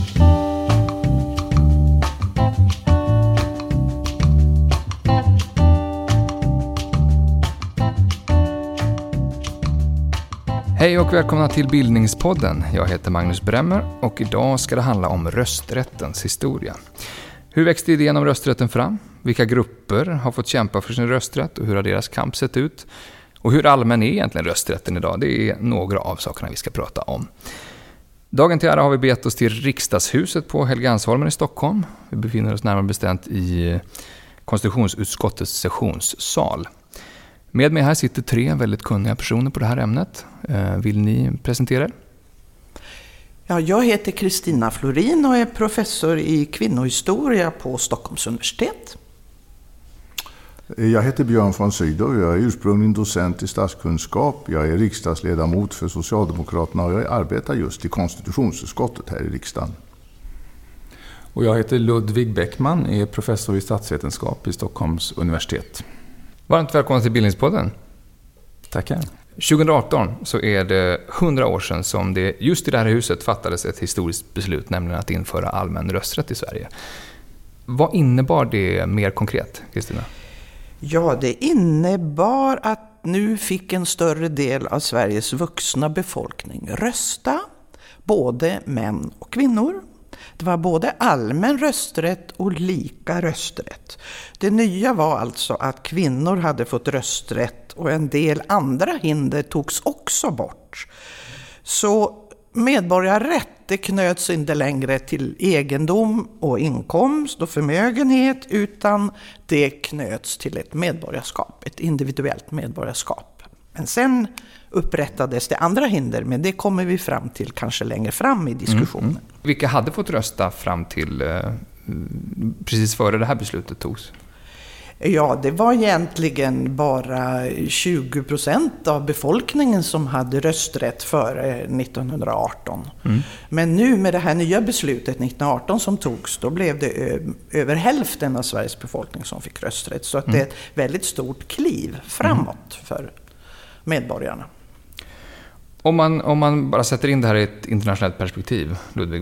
Hej och välkomna till Bildningspodden. Jag heter Magnus Bremmer och idag ska det handla om rösträttens historia. Hur växte idén om rösträtten fram? Vilka grupper har fått kämpa för sin rösträtt och hur har deras kamp sett ut? Och hur allmän är egentligen rösträtten idag? Det är några av sakerna vi ska prata om. Dagen till ära har vi begett oss till Riksdagshuset på Helgeandsholmen i Stockholm. Vi befinner oss närmare bestämt i konstitutionsutskottets sessionssal. Med mig här sitter 3 väldigt kunniga personer på det här ämnet. Vill ni presentera er? Ja, jag heter Kristina Florin och är professor i kvinnohistoria på Stockholms universitet. Jag heter Björn von Sydow, jag är ursprungligen docent i statskunskap. Jag är riksdagsledamot för Socialdemokraterna och jag arbetar just i konstitutionsutskottet här i riksdagen. Och jag heter Ludvig Bäckman, är professor i statsvetenskap i Stockholms universitet. Varmt välkomna till Bildningspodden. Tackar. 2018 så är det 100 år sedan som det just i det här huset fattades ett historiskt beslut, nämligen att införa allmän rösträtt i Sverige. Vad innebar det mer konkret, Kristina? Ja, det innebar att nu fick en större del av Sveriges vuxna befolkning rösta, både män och kvinnor. Det var både allmän rösträtt och lika rösträtt. Det nya var alltså att kvinnor hade fått rösträtt och en del andra hinder togs också bort. Så medborgarrätt, det knöts inte längre till egendom och inkomst och förmögenhet, utan det knöts till ett medborgarskap, ett individuellt medborgarskap. Men sen upprättades det andra hinder, men det kommer vi fram till kanske längre fram i diskussionen. Vilka hade fått rösta fram till precis före det här beslutet togs? Ja, det var egentligen bara 20% av befolkningen som hade rösträtt före 1918. Men nu med det här nya beslutet 1918 som togs, då blev det över hälften av Sveriges befolkning som fick rösträtt. Så att det är ett väldigt stort kliv framåt för medborgarna. Om man bara sätter in det här i ett internationellt perspektiv, Ludvig,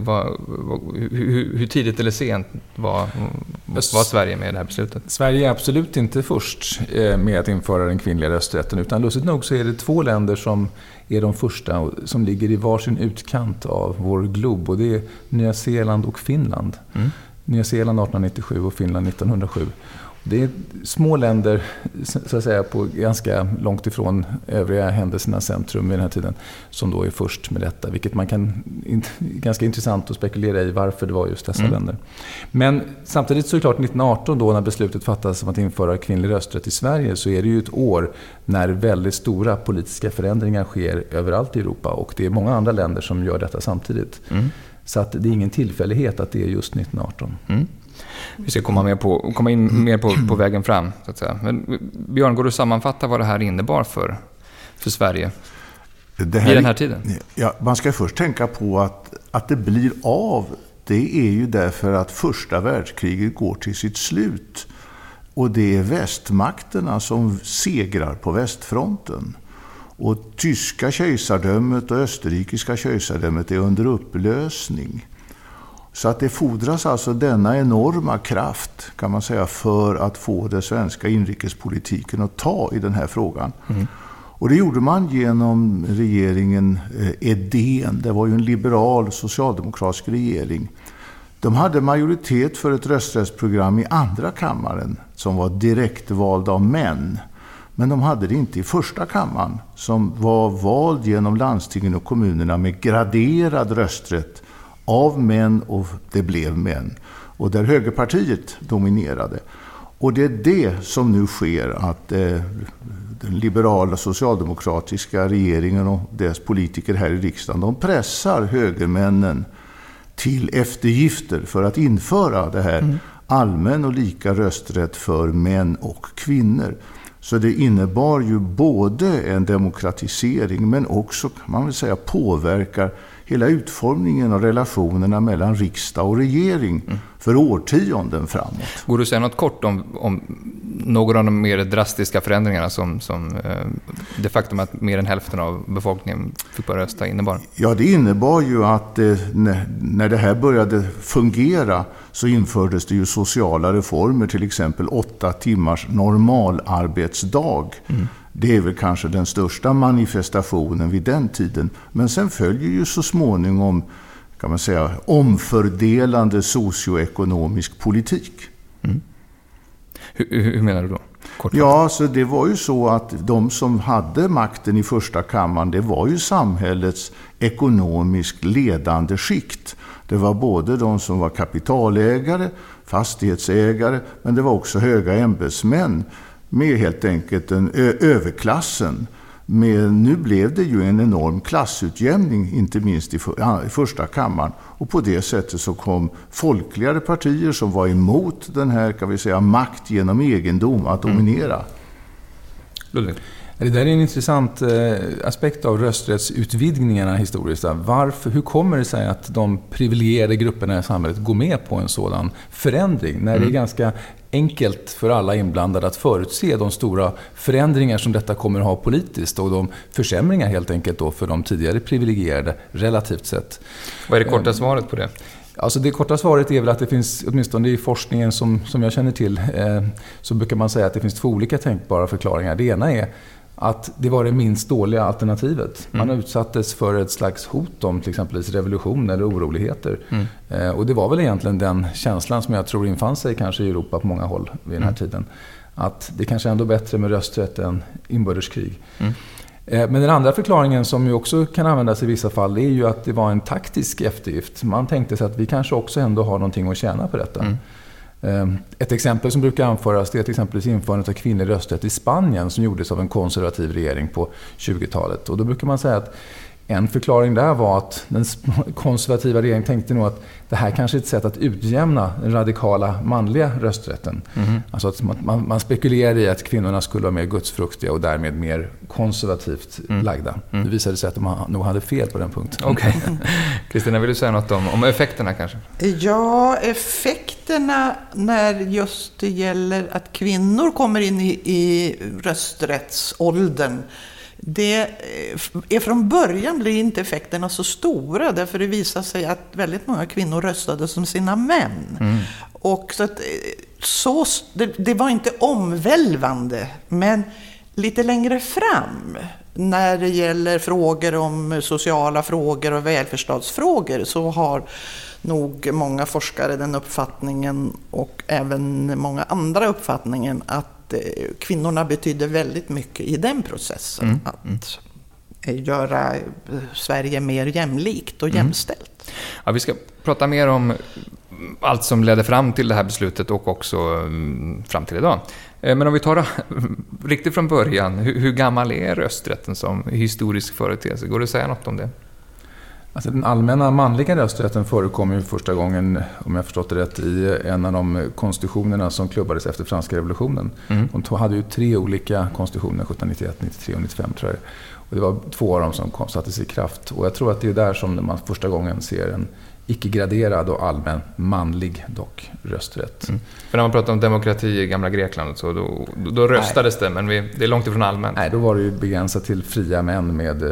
hur tidigt eller sent var Sverige med det här beslutet? Sverige är absolut inte först med att införa den kvinnliga rösträtten, utan lustigt nog så är det 2 länder som är de första som ligger i varsin utkant av vår glob, och det är Nya Zeeland och Finland. Nya Zeeland 1897 och Finland 1907. Det är små länder så att säga, på ganska långt ifrån övriga händelsernas centrum vid den här tiden, som då är först med detta, vilket man kan ganska intressant att spekulera i varför det var just dessa länder. Men samtidigt så är det klart 1918 då, när beslutet fattades om att införa kvinnlig rösträtt i Sverige, så är det ju ett år när väldigt stora politiska förändringar sker överallt i Europa, och det är många andra länder som gör detta samtidigt. Så att det är ingen tillfällighet att det är just 1918. Vi ska komma in mer på vägen fram, så att säga. Men Björn, går du sammanfatta vad det här innebar för Sverige i den här tiden? Ja, man ska först tänka på att det blir av. Det är ju därför att första världskriget går till sitt slut. Och det är västmakterna som segrar på västfronten. Och tyska kejsardömet och österrikiska kejsardömet är under upplösning. Så att det fordras alltså denna enorma kraft, kan man säga, för att få den svenska inrikespolitiken att ta i den här frågan. Och det gjorde man genom regeringen Edén. Det var ju en liberal socialdemokratisk regering. De hade majoritet för ett rösträttsprogram i andra kammaren som var direktvald av män. Men de hade det inte i första kammaren, som var vald genom landstingen och kommunerna med graderad rösträtt av män, och det blev män. Och där högerpartiet dominerade. Och det är det som nu sker, att den liberala socialdemokratiska regeringen och dess politiker här i riksdagen, de pressar högermännen till eftergifter för att införa det här allmän och lika rösträtt för män och kvinnor. Så det innebar ju både en demokratisering, men också, kan man väl säga, påverkar hela utformningen av relationerna mellan riksdag och regering för årtionden framåt. Går du säga något kort om några av de mer drastiska förändringarna som det faktum att mer än hälften av befolkningen fick börja rösta innebar? Ja, det innebar ju att när det här började fungera så infördes det ju sociala reformer, till exempel 8 timmars normalarbetsdag. Det är väl kanske den största manifestationen vid den tiden. Men sen följer ju så småningom, kan man säga, omfördelande socioekonomisk politik. Hur menar du då? Ja, så det var ju så att de som hade makten i första kammaren, det var ju samhällets ekonomiskt ledande skikt. Det var både de som var kapitalägare, fastighetsägare, men det var också höga ämbetsmän med helt enkelt den överklassen. Men nu blev det ju en enorm klassutjämning, inte minst i första kammaren. Och på det sättet så kom folkligare partier som var emot den här, kan vi säga, makt genom egendom att dominera. Det där är en intressant aspekt av rösträttsutvidgningarna historiskt. Hur kommer det sig att de privilegierade grupperna i samhället går med på en sådan förändring när det är ganska enkelt för alla inblandade att förutse de stora förändringar som detta kommer att ha politiskt och de försämringar helt enkelt då för de tidigare privilegierade relativt sett. Vad är det korta svaret på det? Alltså det korta svaret är väl att det finns, åtminstone i forskningen som jag känner till, så brukar man säga att det finns 2 olika tänkbara förklaringar. Det ena är att det var det minst dåliga alternativet. Man utsattes för ett slags hot om till exempel revolution eller oroligheter. Och det var väl egentligen den känslan som jag tror infann sig kanske i Europa på många håll vid den här tiden. Att det kanske ändå är bättre med rösträtt än inbördeskrig. Men den andra förklaringen som ju också kan användas i vissa fall är ju att det var en taktisk eftergift. Man tänkte sig att vi kanske också ändå har någonting att tjäna på detta. Ett exempel som brukar anföras det är till exempel införandet av kvinnlig rösträtt i Spanien som gjordes av en konservativ regering på 20-talet. Och då brukar man säga att en förklaring där var att den konservativa regeringen tänkte nog att det här kanske är ett sätt att utjämna den radikala manliga rösträtten. Alltså att man spekulerar i att kvinnorna skulle vara mer gudsfruktiga och därmed mer konservativt lagda. Det visade sig att de nog hade fel på den punkten. Okej. Kristina, vill du säga något om effekterna kanske? Ja, effekterna när just det gäller att kvinnor kommer in i rösträttsåldern, det är från början blir inte effekterna så stora därför det visar sig att väldigt många kvinnor röstade som sina män. Och så att det var inte omvälvande, men lite längre fram när det gäller frågor om sociala frågor och välfärdsstatsfrågor så har nog många forskare den uppfattningen och även många andra uppfattningen att kvinnorna betyder väldigt mycket i den processen att göra Sverige mer jämlikt och jämställt. Ja, vi ska prata mer om allt som ledde fram till det här beslutet och också fram till idag. Men om vi tar det riktigt från början, hur gammal är rösträtten som historisk företeelse? Går det att säga något om det? Alltså den allmänna manliga rösträtten förekom ju första gången, om jag förstått det rätt, i en av de konstitutionerna som klubbades efter franska revolutionen. De hade ju 3 olika konstitutioner, 1791, 93 och 95 tror jag. Och det var 2 av dem som sattes i kraft. Och jag tror att det är där som man första gången ser en icke-graderad och allmän manlig dock rösträtt. För när man pratar om demokrati i gamla Grekland så då röstades det, men det är långt ifrån allmänt. Nej, då var det ju begränsat till fria män med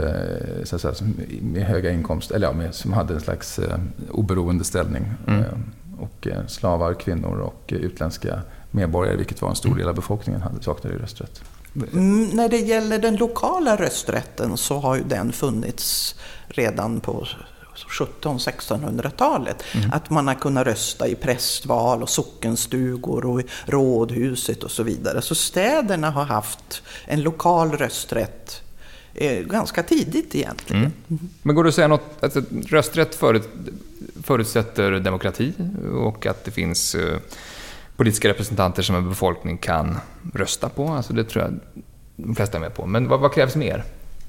höga inkomster, eller som hade en slags oberoende ställning. Och slavar, kvinnor och utländska medborgare, vilket var en stor del av befolkningen, saknade rösträtt. När det gäller den lokala rösträtten så har ju den funnits redan på 1700-1600-talet. Att man har kunnat rösta i prästval och sockenstugor och i rådhuset och så vidare. Så städerna har haft en lokal rösträtt ganska tidigt egentligen. Men går det att säga något, alltså, rösträtt förutsätter demokrati och att det finns politiska representanter som en befolkning kan rösta på. Alltså det tror jag de flesta är med på. Men vad krävs mer?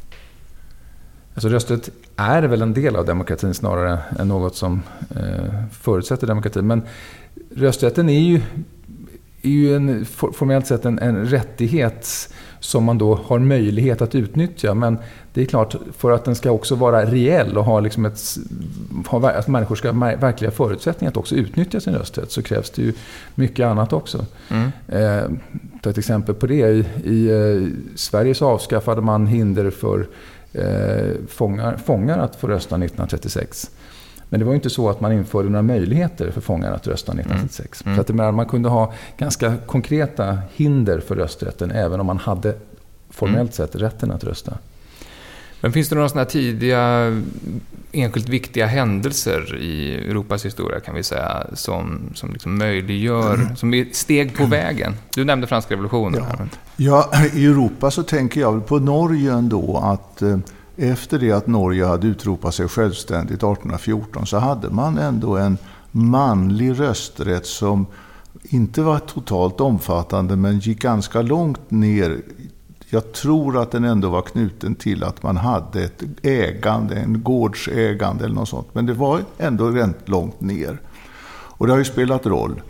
Alltså rösträtt är väl en del av demokratin snarare än något som förutsätter demokrati. Men rösträtten är ju är ju formellt sett en rättighet som man då har möjlighet att utnyttja. Men det är klart, för att den ska också vara reell och ha liksom att människor ska ha verkliga förutsättningar att också utnyttja sin rösträtt, så krävs det ju mycket annat också. Ta ett exempel på det. I Sverige så avskaffade man hinder för fångar att få rösta 1936. Men det var ju inte så att man införde några möjligheter för fångar att rösta 1936. Så att man kunde ha ganska konkreta hinder för rösträtten även om man hade formellt sett rätten att rösta. Men finns det några sådana tidiga enskilt viktiga händelser i Europas historia, kan vi säga, som liksom möjliggör, som är steg på vägen? Du nämnde franska revolutionen. Ja, i Europa så tänker jag väl på Norge ändå, att efter det att Norge hade utropat sig självständigt 1814 så hade man ändå en manlig rösträtt som inte var totalt omfattande men gick ganska långt ner. Jag tror att den ändå var knuten till att man hade ett ägande, en gårdsägande eller något sånt. Men det var ändå rätt långt ner. Och det har ju spelat roll.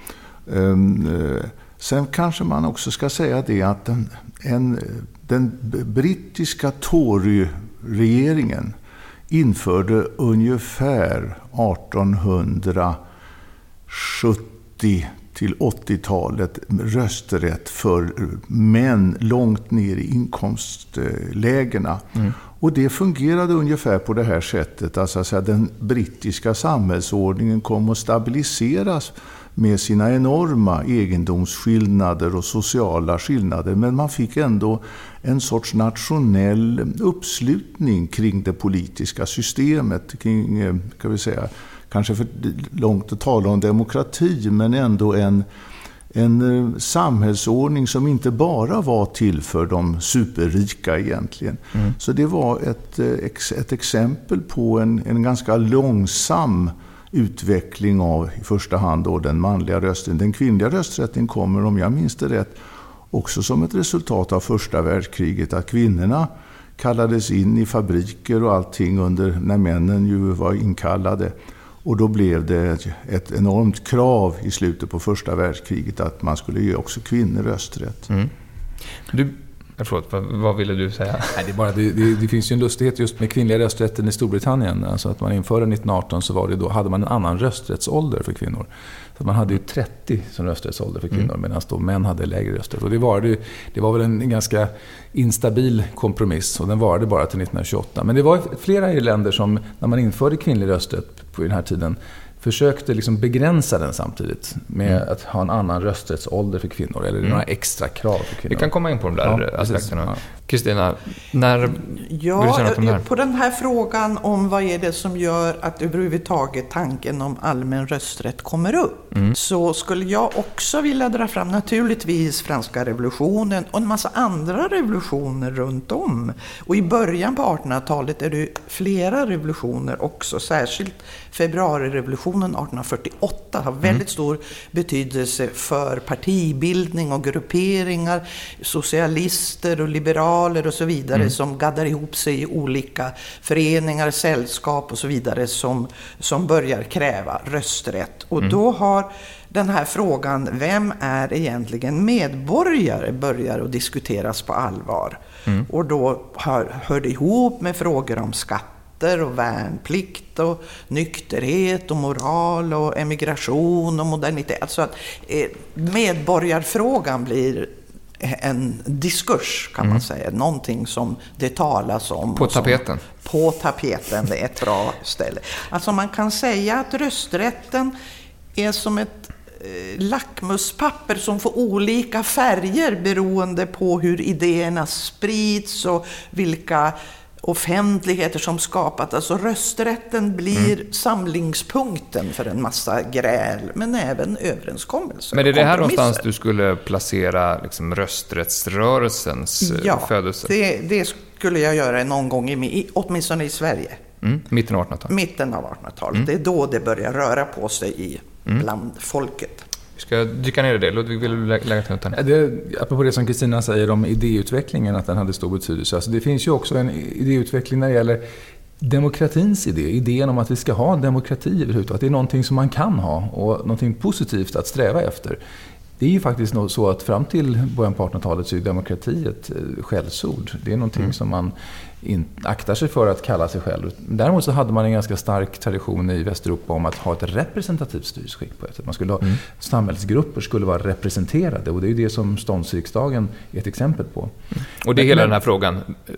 Sen kanske man också ska säga det att den brittiska Tory-regeringen införde ungefär 1870 till 80-talet rösträtt för män långt ner i inkomstlägena. Och det fungerade ungefär på det här sättet. Alltså den brittiska samhällsordningen kom att stabiliseras med sina enorma egendomsskillnader och sociala skillnader. Men man fick ändå en sorts nationell uppslutning kring det politiska systemet. Kring, kan vi säga, kanske för långt att tala om demokrati, men ändå en samhällsordning som inte bara var till för de superrika egentligen. Så det var ett exempel på en ganska långsam utveckling av i första hand då den manliga rösten. Den kvinnliga rösträtten kommer, om jag minns det rätt, också som ett resultat av första världskriget, att kvinnorna kallades in i fabriker och allting när männen ju var inkallade. Och då blev det ett enormt krav i slutet på första världskriget att man skulle ge också kvinnor rösträtt. Vad ville du säga? Nej, det finns ju en lustighet just med kvinnliga rösträtten i Storbritannien. Alltså att man införde 1918 så hade man en annan rösträttsålder för kvinnor. Så man hade ju 30 som rösträttsålder för kvinnor medan då män hade lägre rösträtt. Och det var väl en ganska instabil kompromiss och den varade bara till 1928. Men det var flera länder som när man införde kvinnlig rösträtt på den här tiden försökte liksom begränsa den samtidigt med att ha en annan rösträttsålder för kvinnor eller några extra krav för kvinnor. Vi kan komma in på de där aspekterna. Kristina, när vill du säga något om det här? På den här frågan om vad är det som gör att överhuvudtaget tanken om allmän rösträtt kommer upp, så skulle jag också vilja dra fram naturligtvis franska revolutionen och en massa andra revolutioner runt om. Och i början på 1800-talet är det flera revolutioner också, särskilt februarirevolutionen 1848 har väldigt stor betydelse för partibildning och grupperingar, socialister och liberaler och så vidare som gaddar ihop sig i olika föreningar, sällskap och så vidare som börjar kräva rösträtt. Och då har den här frågan, vem är egentligen medborgare, börjar att diskuteras på allvar. Och då hör det ihop med frågor om skatt och värnplikt och nykterhet och moral och emigration och modernitet. Alltså att medborgarfrågan blir en diskurs, kan man säga. Någonting som det talas om. På tapeten. På tapeten, det är ett bra ställe. Alltså man kan säga att rösträtten är som ett lackmuspapper som får olika färger beroende på hur idéerna sprids och vilka offentligheter som skapat. Alltså rösträtten blir samlingspunkten för en massa gräl, men även överenskommelser. Men är det här någonstans du skulle placera liksom rösträttsrörelsens födelse? Det skulle jag göra någon gång åtminstone i Sverige. Mitten av 1800-talet. Mitten av 1800-talet. Det är då det börjar röra på sig bland folket. Ska jag dyka ner i det? Ludvig, vill du lägga till något? Apropå det som Kristina säger om idéutvecklingen, att den hade stor betydelse. Alltså det finns ju också en idéutveckling när det gäller demokratins idén om att vi ska ha demokrati överhuvudtaget. Att det är någonting som man kan ha och någonting positivt att sträva efter. det är ju faktiskt så att fram till början på 1800-talet så är demokrati ett skällsord. Det är någonting som man aktar sig för att kalla sig själv. Däremot så hade man en ganska stark tradition i Västeuropa om att ha ett representativt styrelseskick på ett sätt. Man skulle ha, samhällsgrupper skulle vara representerade, och det är ju det som ståndsriksdagen är ett exempel på. Och det är hela den här frågan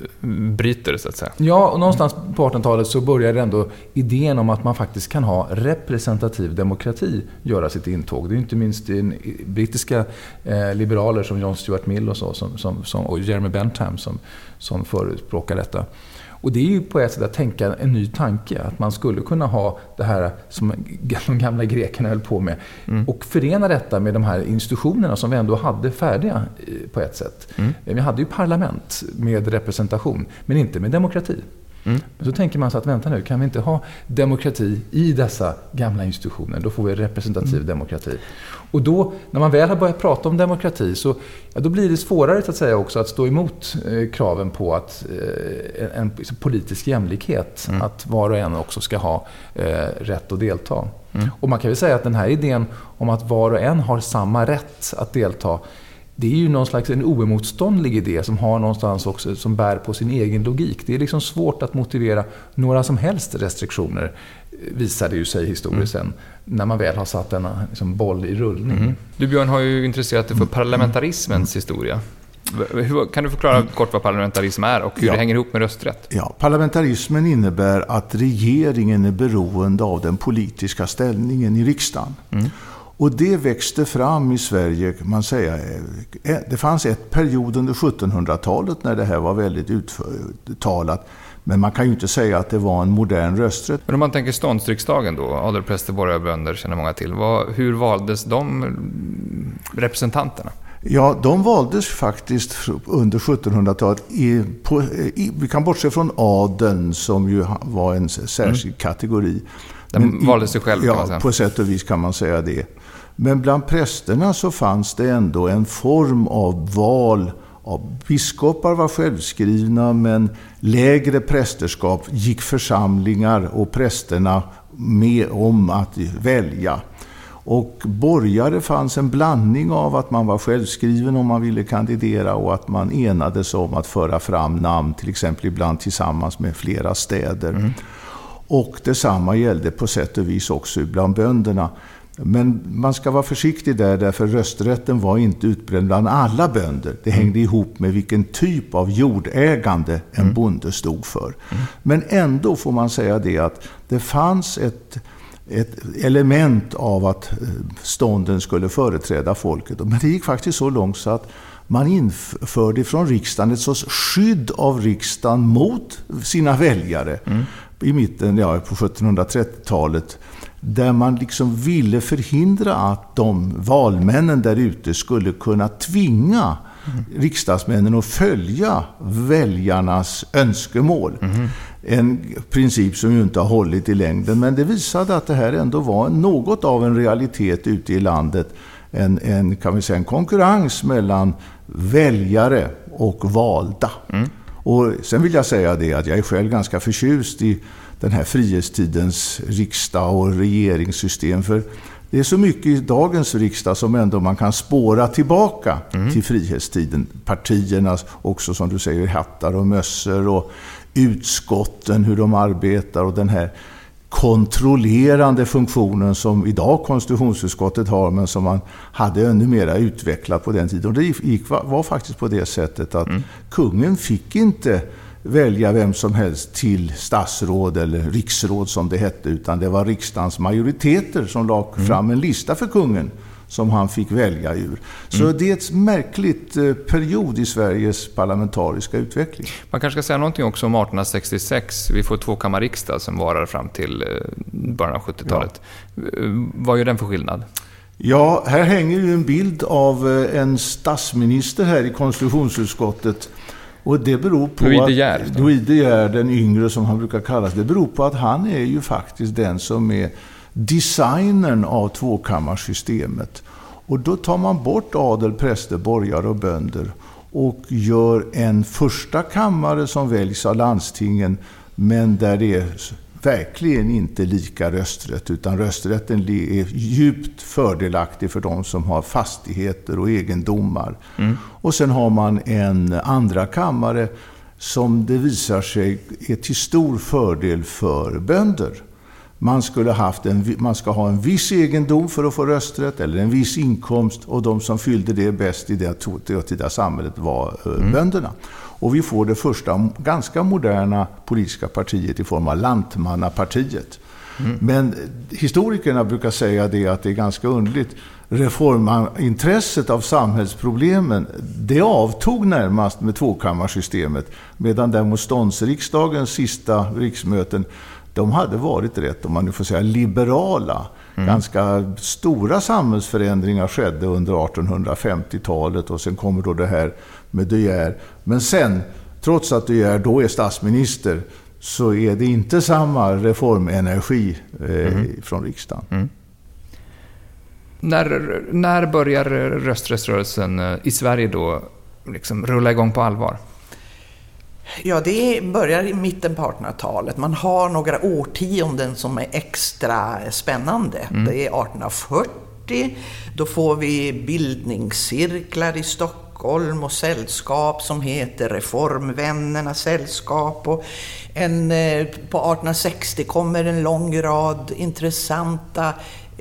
bryter, så att säga. Ja, och någonstans på 1800-talet så börjar ändå idén om att man faktiskt kan ha representativ demokrati göra sitt intåg. Det är inte minst brittiska liberaler som John Stuart Mill och så, och Jeremy Bentham som förespråkar detta. Och det är ju på ett sätt att tänka en ny tanke, att man skulle kunna ha det här som de gamla grekerna höll på med och förena detta med de här institutionerna som vi ändå hade färdiga på ett sätt. Vi hade ju parlament med representation, men inte med demokrati. Men så tänker man så att vänta nu, kan vi inte ha demokrati i dessa gamla institutioner? Då får vi representativ demokrati. Och då, när man väl har börjat prata om demokrati, så då blir det svårare så att säga också att stå emot kraven på att en politisk jämlikhet, att var och en också ska ha rätt att delta. Och man kan väl säga att den här idén om att var och en har samma rätt att delta, det är ju någon slags en oemotståndlig idé som har någonstans också, som bär på sin egen logik. Det är liksom svårt att motivera några som helst restriktioner, visade ju sig historiskt sen, när man väl har satt denna liksom boll i rullning. Du, Björn, har ju intresserat dig för parlamentarismens historia. Kan du förklara kort vad parlamentarism är och hur det hänger ihop med rösträtt? Ja, parlamentarismen innebär att regeringen är beroende av den politiska ställningen i riksdagen. Och det växte fram i Sverige, kan man säga. Det fanns ett period under 1700-talet när det här var väldigt uttalat. Men man kan ju inte säga att det var en modern rösträtt. Men om man tänker ståndsriksdagen då, adel, präster, borgare, bönder känner många till. Hur valdes de representanterna? Ja, de valdes faktiskt under 1700-talet. Vi kan bortse från adeln som ju var en särskild kategori. Den valde sig själv, kan man säga. Ja, på sätt och vis kan man säga det. Men bland prästerna så fanns det ändå en form av val av biskopar var självskrivna, men lägre prästerskap gick församlingar och prästerna med om att välja. Och borgare fanns en blandning av att man var självskriven om man ville kandidera och att man enades om att föra fram namn, till exempel ibland tillsammans med flera städer. Och detsamma gällde på sätt och vis också bland bönderna. Men man ska vara försiktig där, därför rösträtten var inte utbredd bland alla bönder. Det hängde ihop med vilken typ av jordägande en bonde stod för. Men ändå får man säga det att det fanns ett element av att stånden skulle företräda folket. Men det gick faktiskt så långt så att man införde från riksdagen ett sorts skydd av riksdagen mot sina väljare i mitten på 1730-talet, där man liksom ville förhindra att de valmännen där ute skulle kunna tvinga riksdagsmännen att följa väljarnas önskemål. En princip som ju inte har hållit i längden, men det visade att det här ändå var något av en realitet ute i landet. Kan vi säga, en konkurrens mellan väljare och valda. Och sen vill jag säga det att jag är själv ganska förtjust i den här frihetstidens riksdag och regeringssystem, för det är så mycket i dagens riksdag som ändå man kan spåra tillbaka till frihetstiden. Partierna också, som du säger, hattar och mössor, och utskotten, hur de arbetar, och den här kontrollerande funktionen som idag konstitutionsutskottet har, men som man hade ännu mer utvecklat på den tiden. Och det var faktiskt på det sättet att kungen fick inte välja vem som helst till statsråd eller riksråd som det hette, utan det var riksdagens majoriteter som lade fram en lista för kungen som han fick välja ur. Så det är ett märkligt period i Sveriges parlamentariska utveckling. Man kanske ska säga någonting också om 1866. Vi får tvåkammarriksdag som varar fram till början av 70-talet. Ja. Vad gör den för skillnad? Ja, här hänger ju en bild av en statsminister här i konstitutionsutskottet. Och det beror på Louis De Geer, den yngre som han brukar kallas, det beror på att han är ju faktiskt den som är designern av tvåkammarsystemet. Och då tar man bort adel, präster, borgare och bönder och gör en första kammare som väljs av landstingen, men där det är verkligen inte lika rösträtt, utan rösträtten är djupt fördelaktig för de som har fastigheter och egendomar. Och sen har man en andra kammare som det visar sig är till stor fördel för bönder. Man ska ha en viss egendom för att få rösträtt eller en viss inkomst, och de som fyllde det bäst i det dåtida samhället var bönderna. Och vi får det första ganska moderna politiska partiet i form av Lantmannapartiet. Men historikerna brukar säga det att det är ganska underligt. Reformintresset av samhällsproblemen, det avtog närmast med tvåkammarsystemet, medan däremot ståndsriksdagens sista riksmöten, de hade varit rätt, om man nu får säga, liberala. Ganska stora samhällsförändringar skedde under 1850-talet, och sen kommer då det här med De Geer. Men sen, trots att De Geer då är statsminister, så är det inte samma reformenergi från riksdagen. När börjar rösträttsrörelsen i Sverige då liksom rulla igång på allvar? Ja, det börjar i mitten på 1800-talet. Man har några årtionden som är extra spännande. Det är 1840, då får vi bildningscirklar i Stockholm och sällskap som heter Reformvännernas sällskap. Och på 1860 kommer en lång rad intressanta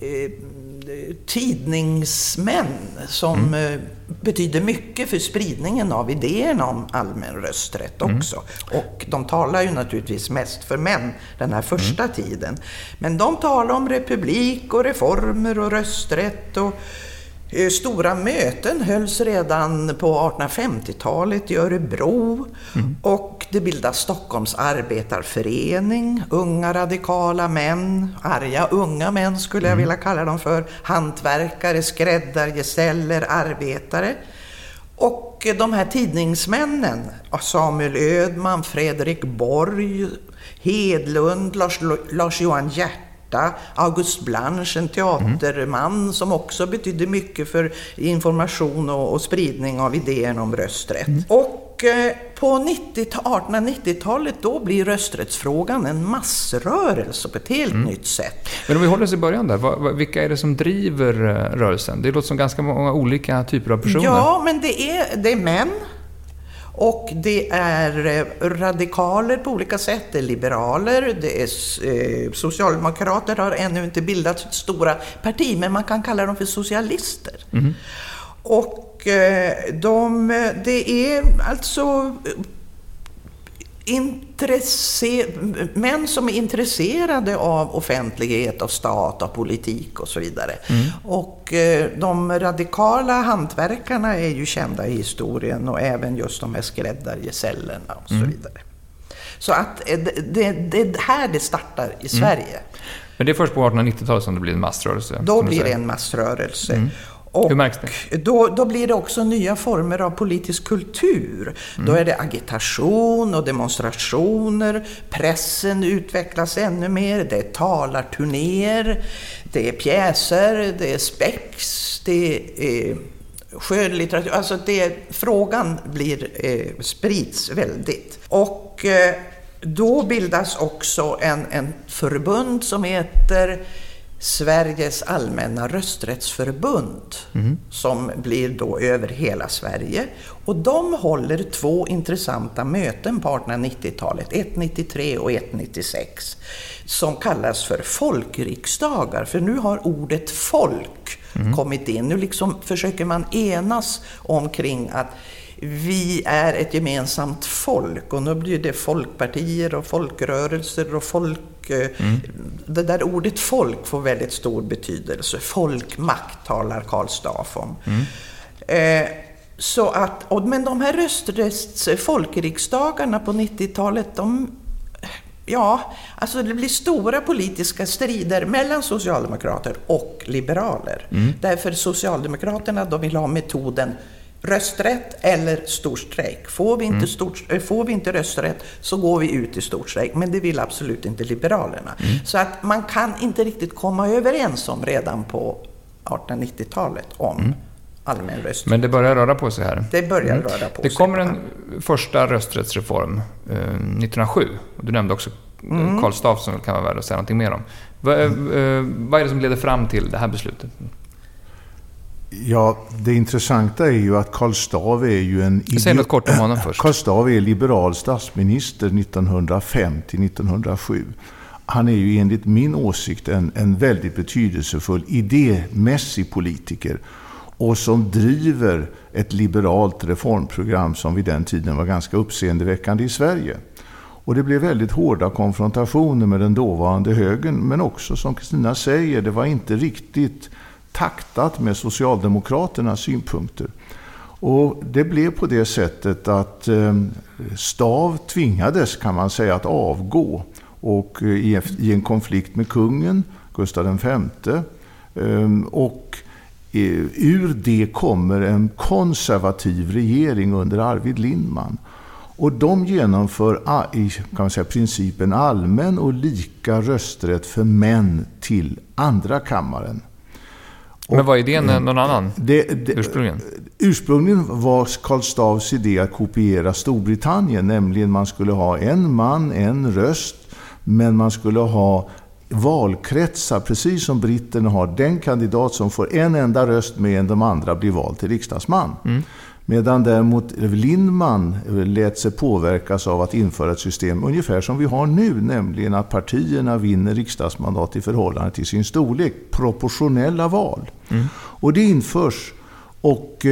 tidningsmän som betyder mycket för spridningen av idéerna om allmän rösträtt också. Och de talar ju naturligtvis mest för män den här första tiden. Men de talar om republik och reformer och rösträtt, och stora möten hölls redan på 1850-talet i Örebro, och det bildas Stockholms arbetarförening, unga radikala män, arga unga män skulle jag vilja kalla dem för, hantverkare, skräddare, gesäller, arbetare. Och de här tidningsmännen, Samuel Ödman, Fredrik Borg, Hedlund, Lars Johan Hjärta, August Blanche, en teaterman som också betydde mycket för information och spridning av idén om rösträtt. Och på 1890-talet då blir rösträttsfrågan en massrörelse på ett helt nytt sätt. Men om vi håller oss i början där, vilka är det som driver rörelsen? Det låter som ganska många olika typer av personer. Ja, men det är män. Och det är radikaler på olika sätt, det är liberaler, det är socialdemokrater har ännu inte bildat sitt stora parti, men man kan kalla dem för socialister. Och det är alltså män som är intresserade av offentlighet, av stat, av politik och så vidare. Och de radikala hantverkarna är ju kända i historien, och även just de här skräddargesällerna och så vidare. Så att det är här det startar i Sverige. Men det är först på 1890-talet som det blir en massrörelse? Då blir det en massrörelse. Och hur märks det? Då blir det också nya former av politisk kultur. Då är det agitation och demonstrationer. Pressen utvecklas ännu mer. Det är talarturnéer. Det är pjäser. Det är spex. Det är skönlitteratur. Alltså frågan sprids väldigt. Och då bildas också en förbund som heter Sveriges allmänna rösträttsförbund, som blir då över hela Sverige. Och de håller 2 intressanta möten på 1890-talet, 193 och 196, som kallas för folkriksdagar. För nu har ordet folk kommit in. Nu liksom försöker man enas omkring att vi är ett gemensamt folk, och nu blir det folkpartier och folkrörelser och det där ordet folk får väldigt stor betydelse. Folkmakt talar Karl Staff om. Men de här folkriksdagarna på 90-talet, det blir stora politiska strider mellan socialdemokrater och liberaler. Därför socialdemokraterna, de vill ha metoden rösträtt eller storstrejk. Får vi inte rösträtt så går vi ut i storstrejk. Men det vill absolut inte liberalerna. Så att man kan inte riktigt komma överens om redan på 1890-talet om allmän rösträtt. Men det börjar röra på sig här. Det börjar röra på sig. Det kommer en första rösträttsreform 1907. Du nämnde också Karl Staaff som kan vara värd att säga någonting mer om. Vad är det som leder fram till det här beslutet? Ja, det intressanta är ju att Karl Staaff är ju en... Säg något kort om honom först. Karl Staaff är liberal statsminister 1905-1907. Han är ju enligt min åsikt en väldigt betydelsefull idémässig politiker och som driver ett liberalt reformprogram som vid den tiden var ganska uppseendeväckande i Sverige. Och det blev väldigt hårda konfrontationer med den dåvarande högern, men också som Kristina säger, det var inte riktigt taktat med Socialdemokraternas synpunkter. Och det blev på det sättet att Staaff tvingades, kan man säga, att avgå och i en konflikt med kungen, Gustav V. Och ur det kommer en konservativ regering under Arvid Lindman. Och de genomför kan man säga, principen allmän och lika rösträtt för män till andra kammaren. Men var idén någon annan ursprungligen? Ursprungligen var Karl Staaffs idé att kopiera Storbritannien, nämligen man skulle ha en man, en röst, men man skulle ha valkretsar, precis som britterna har. Den kandidat som får en enda röst med än de andra blir vald till riksdagsman. Medan däremot Lindman lät sig påverkas av att införa ett system ungefär som vi har nu, nämligen att partierna vinner riksdagsmandat i förhållande till sin storlek, proportionella val. Och det införs, och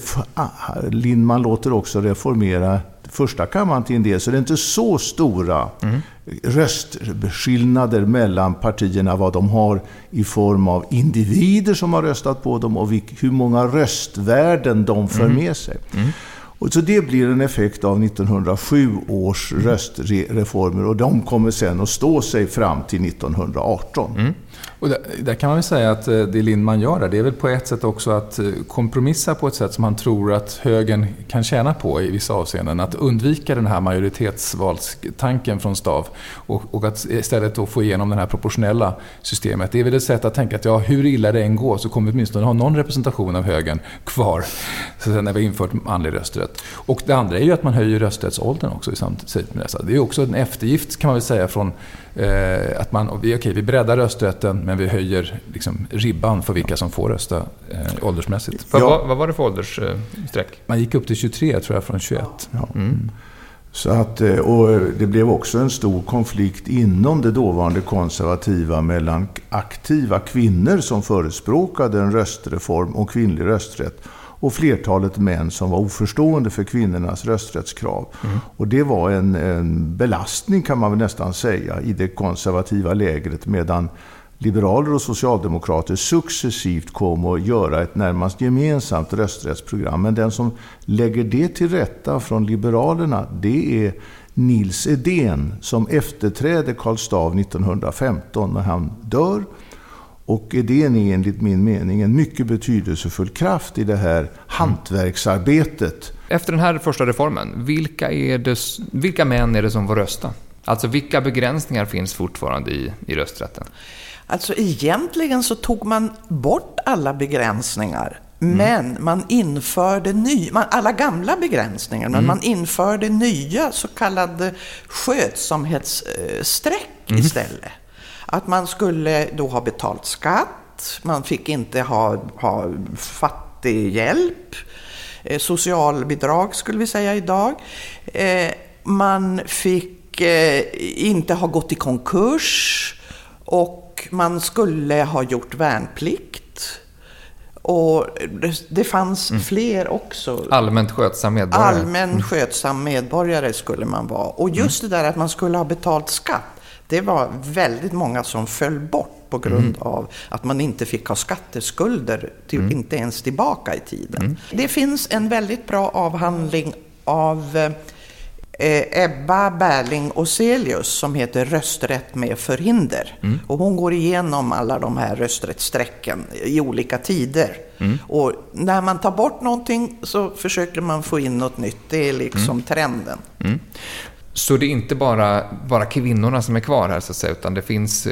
Lindman låter också reformera första kammaren till en del, så det är inte så stora röstskillnader mellan partierna, vad de har i form av individer som har röstat på dem och hur många röstvärden de för med sig. Och så det blir en effekt av 1907 års röstreformer, och de kommer sen att stå sig fram till 1918. Och där kan man väl säga att det Lindman gör där, det är väl på ett sätt också att kompromissa på ett sätt som han tror att högern kan tjäna på i vissa avseenden. Att undvika den här majoritetsvalstanken från Staaff och att istället då få igenom det här proportionella systemet. Det är väl ett sätt att tänka att hur illa det än går så kommer vi åtminstone ha någon representation av högern kvar så när vi har infört manlig rösträtt. Och det andra är ju att man höjer rösträttsåldern också samtidigt med dessa. Det är också en eftergift, kan man väl säga, från att vi breddar rösträtten, men vi höjer liksom ribban för vilka som får rösta åldersmässigt. Vad var det för ålderssträck? Man gick upp till 23, tror jag, från 21. Ja. Så att, och det blev också en stor konflikt inom det dåvarande konservativa mellan aktiva kvinnor som förespråkade en röstreform och kvinnlig rösträtt och flertalet män som var oförstående för kvinnornas rösträttskrav. Och det var en belastning, kan man väl nästan säga, i det konservativa lägret, medan liberaler och socialdemokrater successivt kom att göra ett närmast gemensamt rösträttsprogram. Men den som lägger det till rätta från liberalerna, det är Nils Edén, som efterträder Karl Staaff 1915 när han dör. Och Edén är enligt min mening en mycket betydelsefull kraft i det här hantverksarbetet. Efter den här första reformen, vilka män är det som får rösta? Alltså vilka begränsningar finns fortfarande i rösträtten? Alltså egentligen så tog man bort alla begränsningar. Men man införde alla gamla begränsningar, men man införde nya så kallade skötsamhetsstreck istället. Att man skulle då ha betalt skatt, man fick inte ha fattighjälp, socialbidrag skulle vi säga idag. Man fick inte ha gått i konkurs och man skulle ha gjort värnplikt. Och det fanns fler också. Allmänt skötsam medborgare. Allmän skötsam medborgare skulle man vara. Och just det där att man skulle ha betalt skatt, det var väldigt många som föll bort på grund av att man inte fick ha skatteskulder inte ens tillbaka i tiden. Det finns en väldigt bra avhandling av Ebba Berling Oselius som heter Rösträtt med förhinder. Och hon går igenom alla de här rösträttssträcken i olika tider. Och när man tar bort någonting så försöker man få in något nytt. Det är liksom trenden. Så det är inte bara kvinnorna som är kvar här så att säga, utan det finns,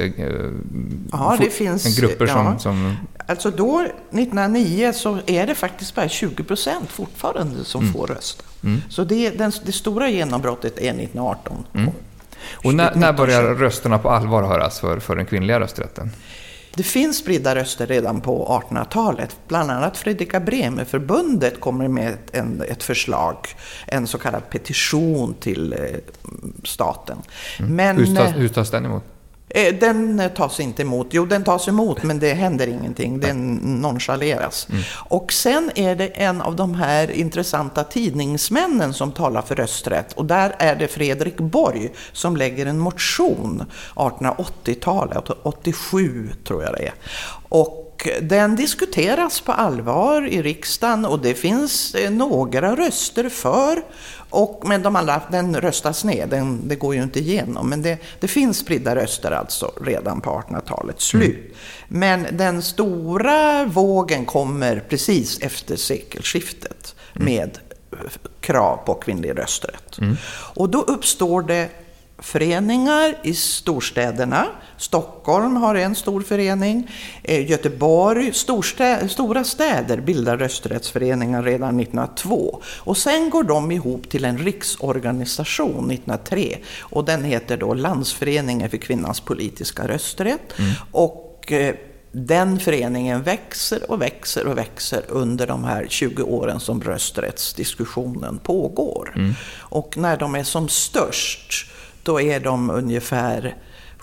det finns grupper som... Alltså då, 1909, så är det faktiskt bara 20% fortfarande som får rösta. Så det stora genombrottet är 1918. Och när börjar rösterna på allvar höras för den kvinnliga rösträtten? Det finns spridda röster redan på 1800-talet. Bland annat Fredrika Bremer-förbundet kommer med ett förslag, en så kallad petition till staten. Men, hur tas den emot? Den tas inte emot. Jo, den tas emot, men det händer ingenting. Den nonchaleras. Och sen är det en av de här intressanta tidningsmännen som talar för rösträtt. Och där är det Fredrik Borg som lägger en motion 1880-talet, 87 tror jag det är. Och den diskuteras på allvar i riksdagen och det finns några röster för. Men den röstas ner, det går ju inte igenom. Men det finns spridda röster alltså redan på 1800-talets slut. Men den stora vågen kommer precis efter sekelskiftet med krav på kvinnlig rösträtt. Och då uppstår det föreningar i storstäderna. Stockholm har en stor förening. Göteborg, stora städer bildar rösträttsföreningar redan 1902. Och sen går de ihop till en riksorganisation 1903. Och den heter då Landsföreningen för kvinnans politiska rösträtt. Och den föreningen växer och växer och växer under de här 20 åren som rösträttsdiskussionen pågår. Och när de är som störst, då är de ungefär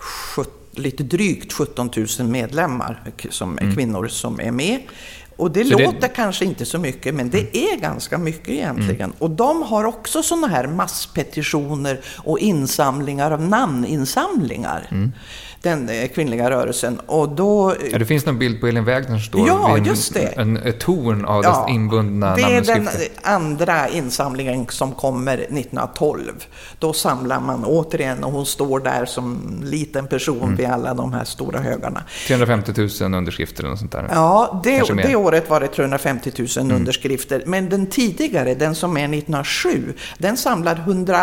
lite drygt 17 000 medlemmar som är kvinnor som är med. Och det låter kanske inte så mycket, men det är ganska mycket egentligen. Och de har också såna här masspetitioner och insamlingar av namninsamlingar. Den kvinnliga rörelsen. Och då, det finns någon bild på Elin Wägner som står vid ett torn av dess inbundna namnskrifter. Det är den andra insamlingen som kommer 1912. Då samlar man återigen och hon står där som liten person vid alla de här stora högarna. 350 000 underskrifter och sånt där. Ja, det året var det 350 000 underskrifter. Men den tidigare, den som är 1907, den samlade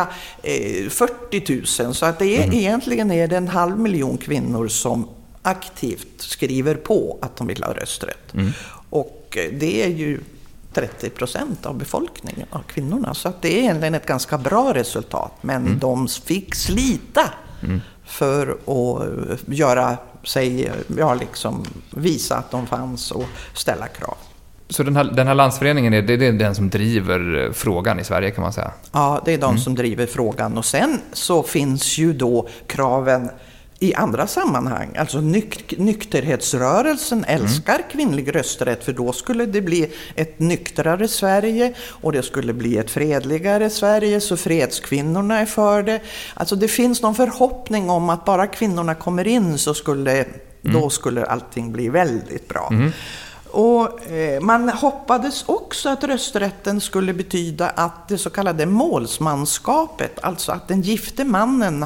140 000. Så att det är, egentligen är det 500 000 kvinnor som aktivt skriver på att de vill ha rösträtt. Och det är ju 30% av befolkningen, av kvinnorna. Så att det är egentligen ett ganska bra resultat. Men de fick slita för att göra sig, visa att de fanns och ställa krav. Så den här landsföreningen, det är den som driver frågan i Sverige, kan man säga? Ja, det är de som driver frågan. Och sen så finns ju då kraven i andra sammanhang. Alltså nykterhetsrörelsen älskar kvinnlig rösträtt, för då skulle det bli ett nyktrare Sverige och det skulle bli ett fredligare Sverige, så fredskvinnorna är för det. Alltså det finns någon förhoppning om att bara kvinnorna kommer in så då skulle allting bli väldigt bra. Och man hoppades också att rösträtten skulle betyda att det så kallade målsmanskapet, alltså att den gifte mannen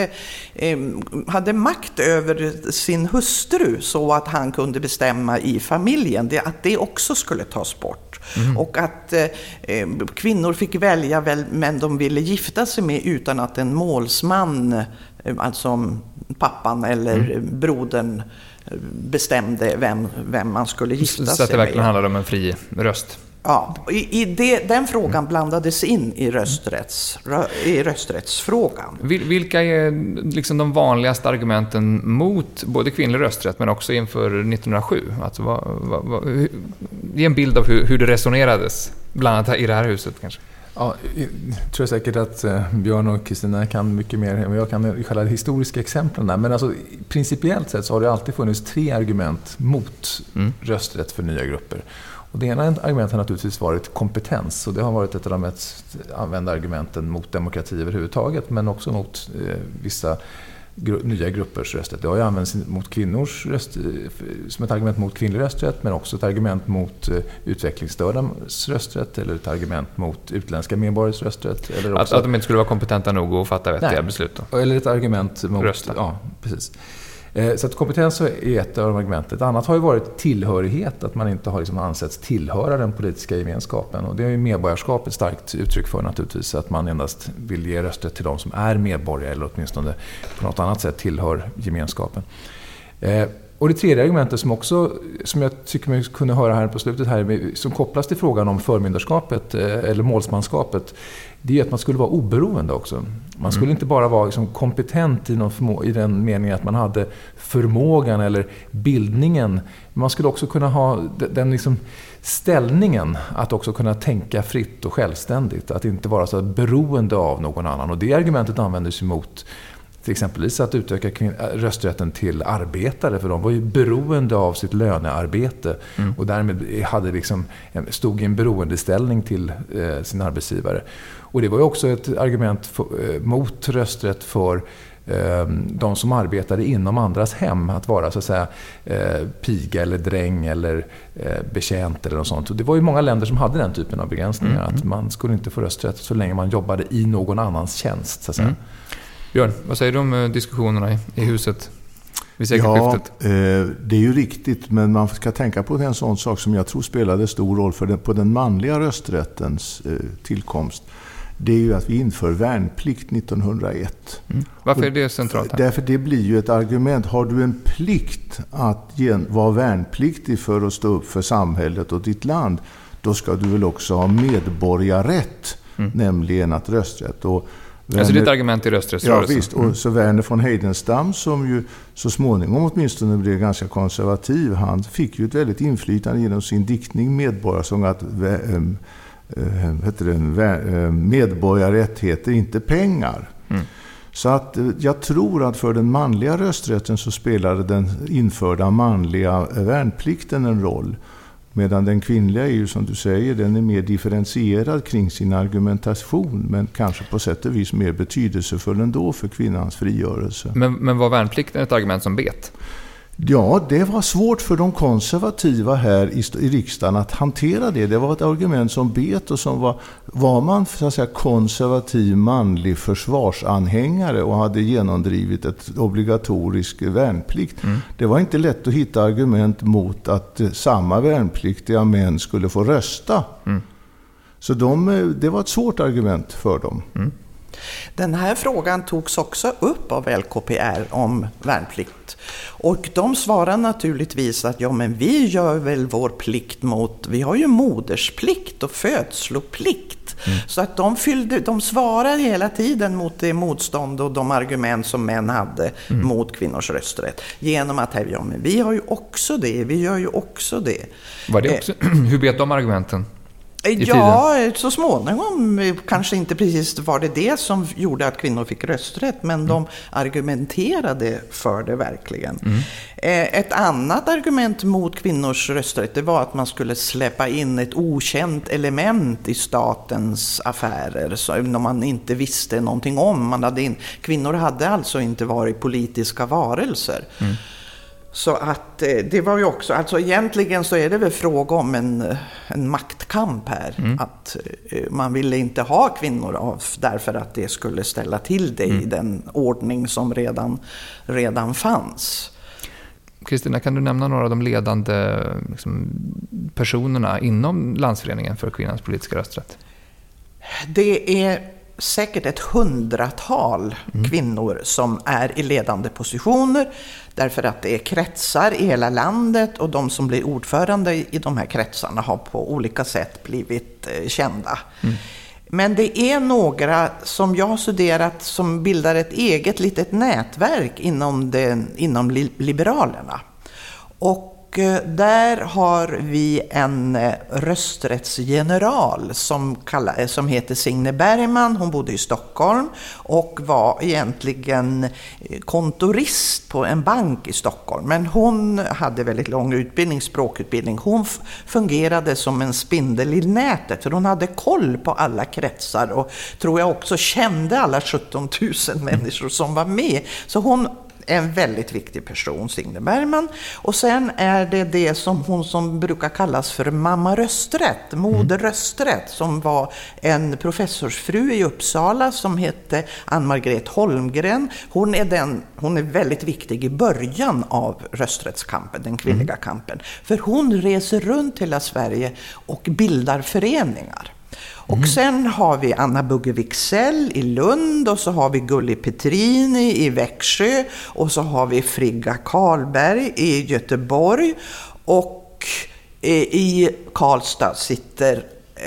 hade makt över sin hustru så att han kunde bestämma i familjen, att det också skulle tas bort. Och att kvinnor fick välja men de ville gifta sig med utan att en målsman, alltså pappan eller brodern, bestämde vem man skulle gifta sig med. Så att det verkligen handlade om en fri röst. Ja, den frågan blandades in i rösträttsfrågan. Vilka är liksom de vanligaste argumenten mot både kvinnlig rösträtt men också inför 1907? Alltså ge en bild av hur det resonerades, bland annat i det här huset kanske. Ja, jag tror säkert att Björn och Kristina kan mycket mer än jag kan kalla det historiska exemplen där. Men alltså, principiellt sett så har det alltid funnits 3 argument mot rösträtt för nya grupper. Och det ena argumentet har naturligtvis varit kompetens, och det har varit ett av de mest använda argumenten mot demokrati överhuvudtaget, men också mot vissa nya gruppers rösträtt. Det har ju använts mot kvinnors som ett argument mot kvinnlig rösträtt, men också ett argument mot utvecklingsstördas rösträtt, eller ett argument mot utländska medborgares rösträtt. Eller också, att de inte skulle vara kompetenta nog att fatta vettiga beslut då. Eller ett argument mot rösta. Ja, precis. Så att kompetens är ett av argumenten. Ett annat har ju varit tillhörighet, att man inte har ansetts tillhöra den politiska gemenskapen. Och det är ju medborgarskap ett starkt uttryck för naturligtvis, att man endast vill ge rösträtt till de som är medborgare eller åtminstone på något annat sätt tillhör gemenskapen. Och det tredje argumentet som jag tycker man kunde höra här på slutet här, som kopplas till frågan om förmyndarskapet eller målsmanskapet, det är att man skulle vara oberoende också. Man skulle inte bara vara liksom kompetent i den meningen att man hade förmågan eller bildningen. Man skulle också kunna ha den liksom ställningen att också kunna tänka fritt och självständigt. Att inte vara så beroende av någon annan. Och det argumentet användes emot till exempel att utöka rösträtten till arbetare, för de var ju beroende av sitt lönearbete och därmed stod i en beroendeställning till sin arbetsgivare. Och det var ju också ett argument mot rösträtt för de som arbetade inom andras hem, att vara så att säga piga eller dräng eller betjänt eller något sånt. Och det var ju många länder som hade den typen av begränsningar, att man skulle inte få rösträtt så länge man jobbade i någon annans tjänst, så att säga. Björn, vad säger du om diskussionerna i huset vid sekelskiftet? Ja, det är ju riktigt, men man ska tänka på en sån sak som jag tror spelade stor roll på den manliga rösträttens tillkomst. Det är ju att vi inför värnplikt 1901. Varför är det centralt här? Därför det blir ju ett argument. Har du en plikt att vara värnpliktig för att stå upp för samhället och ditt land, då ska du väl också ha medborgarrätt, nämligen att rösträtt. Och alltså det är ett argument i rösträttsrörelsen. Ja visst, och så Verner von Heidenstam, som ju så småningom åtminstone blev ganska konservativ, han fick ju ett väldigt inflytande genom sin diktning Medborgarsång att medborgarrätt heter inte pengar. Så att jag tror att för den manliga rösträtten så spelade den införda manliga värnplikten en roll. Medan den kvinnliga är ju, som du säger, den är mer differentierad kring sin argumentation, men kanske på sätt och vis mer betydelsefull ändå för kvinnans frigörelse. Men var värnplikten ett argument som bet? Ja, det var svårt för de konservativa här i riksdagen att hantera det. Det var ett argument som bet, och som var man så att säga konservativ manlig försvarsanhängare och hade genomdrivit ett obligatorisk värnplikt. Det var inte lätt att hitta argument mot att samma värnpliktiga män skulle få rösta. Så det var ett svårt argument för dem. Den här frågan togs också upp av LKPR om värnplikt. Och de svarar naturligtvis att ja, men vi gör väl vår plikt vi har ju modersplikt och födsloplikt. Så att de svarar hela tiden mot det motstånd och de argument som män hade mot kvinnors rösträtt. Genom att ja, men vi har ju också det, vi gör ju också det. Var det också, hur bet de argumenten? Ja, så småningom kanske inte precis var det som gjorde att kvinnor fick rösträtt, men de argumenterade för det verkligen. Ett annat argument mot kvinnors rösträtt, det var att man skulle släppa in ett okänt element i statens affärer som man inte visste någonting om. Kvinnor hade alltså inte varit politiska varelser. Så att det var ju också, alltså egentligen så är det väl fråga om en maktkamp här. Att man ville inte ha kvinnor därför att det skulle ställa till det i den ordning som redan fanns. Kristina, kan du nämna några av de ledande personerna inom landsföreningen för kvinnans politiska rösträtt? Det är säkert ett 100-tal kvinnor som är i ledande positioner, därför att det är kretsar i hela landet, och de som blir ordförande i de här kretsarna har på olika sätt blivit kända. Men det är några som jag har studerat som bildar ett eget litet nätverk inom Liberalerna. Och där har vi en rösträttsgeneral som heter Signe Bergman. Hon bodde i Stockholm och var egentligen kontorist på en bank i Stockholm. Men hon hade väldigt lång språkutbildning. Hon fungerade som en spindel i nätet, för hon hade koll på alla kretsar och tror jag också kände alla 17 000 människor som var med. Så hon en väldigt viktig person, Signe Bergman. Och sen är det som brukar kallas för mammarösträtt, moderrösträtt, som var en professorsfru i Uppsala som hette Ann-Margret Holmgren. Hon är väldigt viktig i början av rösträttskampen, den kvinnliga kampen. För hon reser runt hela Sverige och bildar föreningar. Och sen har vi Anna Bugge Wicksell i Lund, och så har vi Gulli Petrini i Växjö, och så har vi Frigga Karlberg i Göteborg, och i Karlstad sitter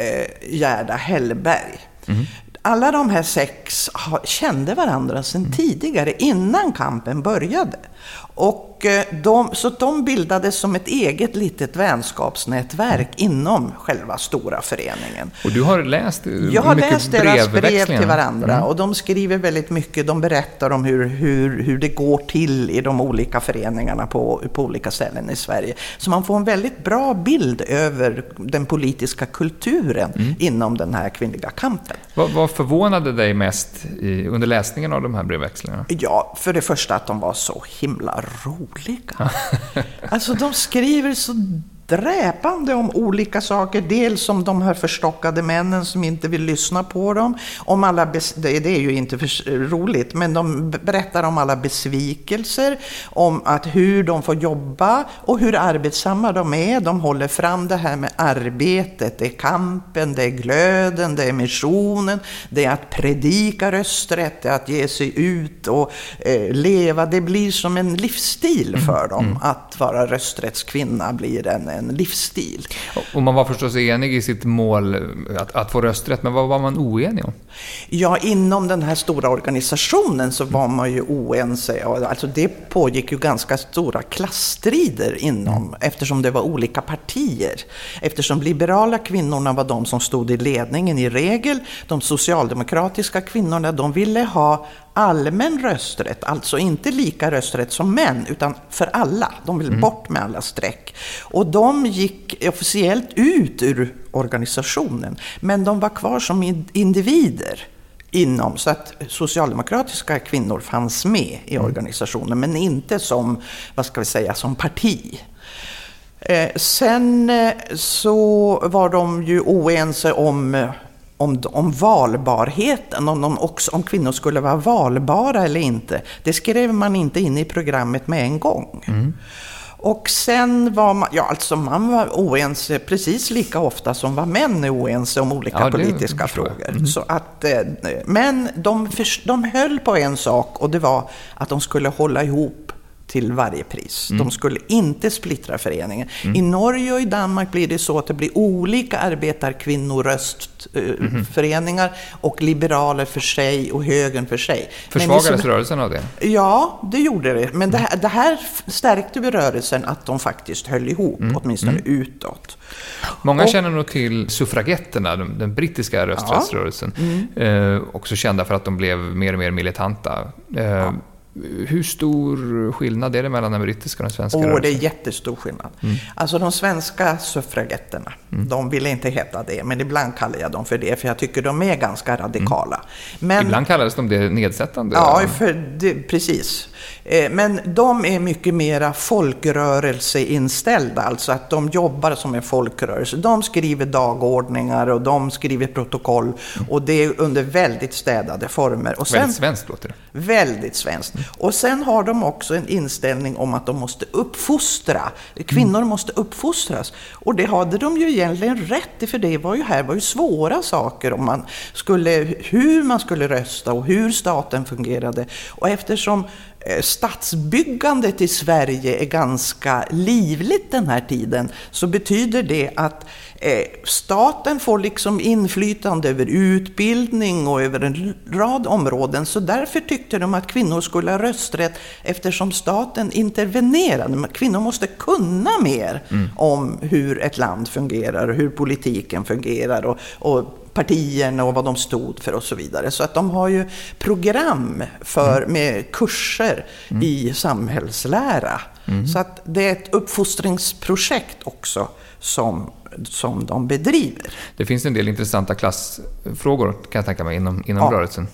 Gerda Hellberg. Alla de här 6 kände varandra sedan tidigare, innan kampen började. Och de bildades som ett eget litet vänskapsnätverk inom själva stora föreningen. Och du har läst Jag har läst deras brev till varandra, och de skriver väldigt mycket. De berättar om hur det går till i de olika föreningarna på olika ställen i Sverige. Så man får en väldigt bra bild över den politiska kulturen inom den här kvinnliga kampen. Vad förvånade dig mest under läsningen av de här brevväxlingarna? Ja, för det första att de var så himla roliga. Alltså de skriver så dräpande om olika saker. Dels om de här förstockade männen som inte vill lyssna på dem. Om alla det är ju inte roligt, men de berättar om alla besvikelser, om att hur de får jobba och hur arbetsamma de är. De håller fram det här med arbetet, det är kampen, det är glöden, det är missionen, det är att predika rösträtt, det är att ge sig ut och leva. Det blir som en livsstil för dem. Att vara rösträttskvinna blir en livsstil. Och man var förstås enig i sitt mål att få rösträtt, men vad var man oenig om? Ja, inom den här stora organisationen så var man ju oense. Alltså det pågick ju ganska stora klassstrider inom, eftersom det var olika partier. Eftersom liberala kvinnorna var de som stod i ledningen i regel. De socialdemokratiska kvinnorna, de ville ha allmän rösträtt, alltså inte lika rösträtt som män, utan för alla. De ville bort med alla streck. Och de gick officiellt ut ur organisationen, men de var kvar som individer inom, så att socialdemokratiska kvinnor fanns med i organisationen, men inte som, vad ska vi säga, som parti. Sen så var de ju oense om valbarheten, om kvinnor skulle vara valbara eller inte. Det skrev man inte in i programmet med en gång. Och sen var man var oense precis lika ofta som var män är oense om olika politiska frågor. Så att, men de höll på en sak, och det var att de skulle hålla ihop till varje pris. De skulle inte splittra föreningen. I Norge och i Danmark blir det så att det blir olika arbetarkvinnoröstföreningar och liberaler för sig och högern för sig. Försvagades rörelsen av det? Ja, det gjorde det. Men det här stärkte vid rörelsen att de faktiskt höll ihop, åtminstone utåt. Många känner nog till suffragetterna, den brittiska rösträttsrörelsen. Också kända för att de blev mer och mer militanta. Hur stor skillnad är det mellan den brittiska och den svenska rörelsen? Det är jättestor skillnad. Alltså de svenska suffragetterna, de ville inte heta det, men ibland kallar jag dem för det, för jag tycker de är ganska radikala. Men, ibland kallades de det nedsättande. Ja, precis. Men de är mycket mera folkrörelseinställda, alltså att de jobbar som en folkrörelse. De skriver dagordningar och de skriver protokoll, och det är under väldigt städade former. Och sen, väldigt svenskt låter det. Väldigt svenskt. Och sen har de också en inställning om att de måste uppfostra. Kvinnor måste uppfostras. Och det hade de ju egentligen rätt i, för det var ju svåra saker om hur man skulle rösta och hur staten fungerade. Och eftersom stadsbyggandet i Sverige är ganska livligt den här tiden, så betyder det att staten får liksom inflytande över utbildning och över en rad områden. Så därför tyckte de att kvinnor skulle ha rösträtt, eftersom staten intervenerade. Kvinnor måste kunna mer om hur ett land fungerar och hur politiken fungerar och partierna och vad de stod för och så vidare. Så att de har ju program med kurser i samhällslära. Så att det är ett uppfostringsprojekt också som de bedriver. Det finns en del intressanta klassfrågor, kan jag tänka mig, inom rörelsen.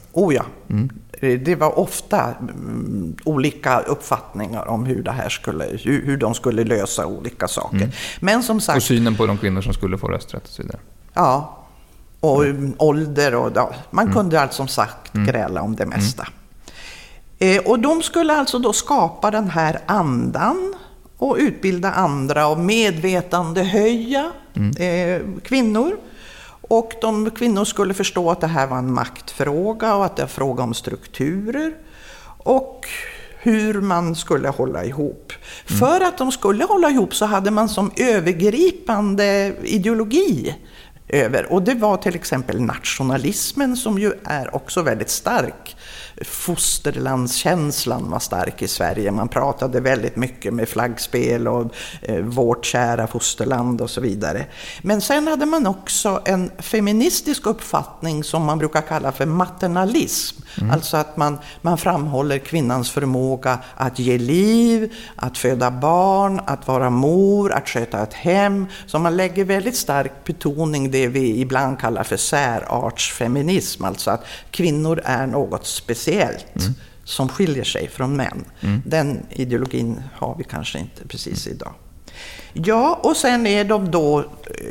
Det var ofta olika uppfattningar om hur de skulle lösa olika saker. Men som sagt, och synen på de kvinnor som skulle få rösträtt och så vidare. Ja, och ålder och man kunde alltså som sagt gräla om det mesta. Och de skulle alltså då skapa den här andan och utbilda andra och medvetande höja kvinnor. Och kvinnor skulle förstå att det här var en maktfråga och att det är fråga om strukturer och hur man skulle hålla ihop. För att de skulle hålla ihop så hade man som övergripande ideologi över. Och det var till exempel nationalismen som ju är också väldigt stark. Fosterlandskänslan var stark i Sverige. Man pratade väldigt mycket med flaggspel och vårt kära fosterland och så vidare. Men sen hade man också en feministisk uppfattning som man brukar kalla för maternalism. Alltså att man framhåller kvinnans förmåga att ge liv, att föda barn, att vara mor, att sköta ett hem. Så man lägger väldigt stark betoning det vi ibland kallar för särartsfeminism. Alltså att kvinnor är något speciellt som skiljer sig från män. Den ideologin har vi kanske inte precis idag. Ja, och sen är de då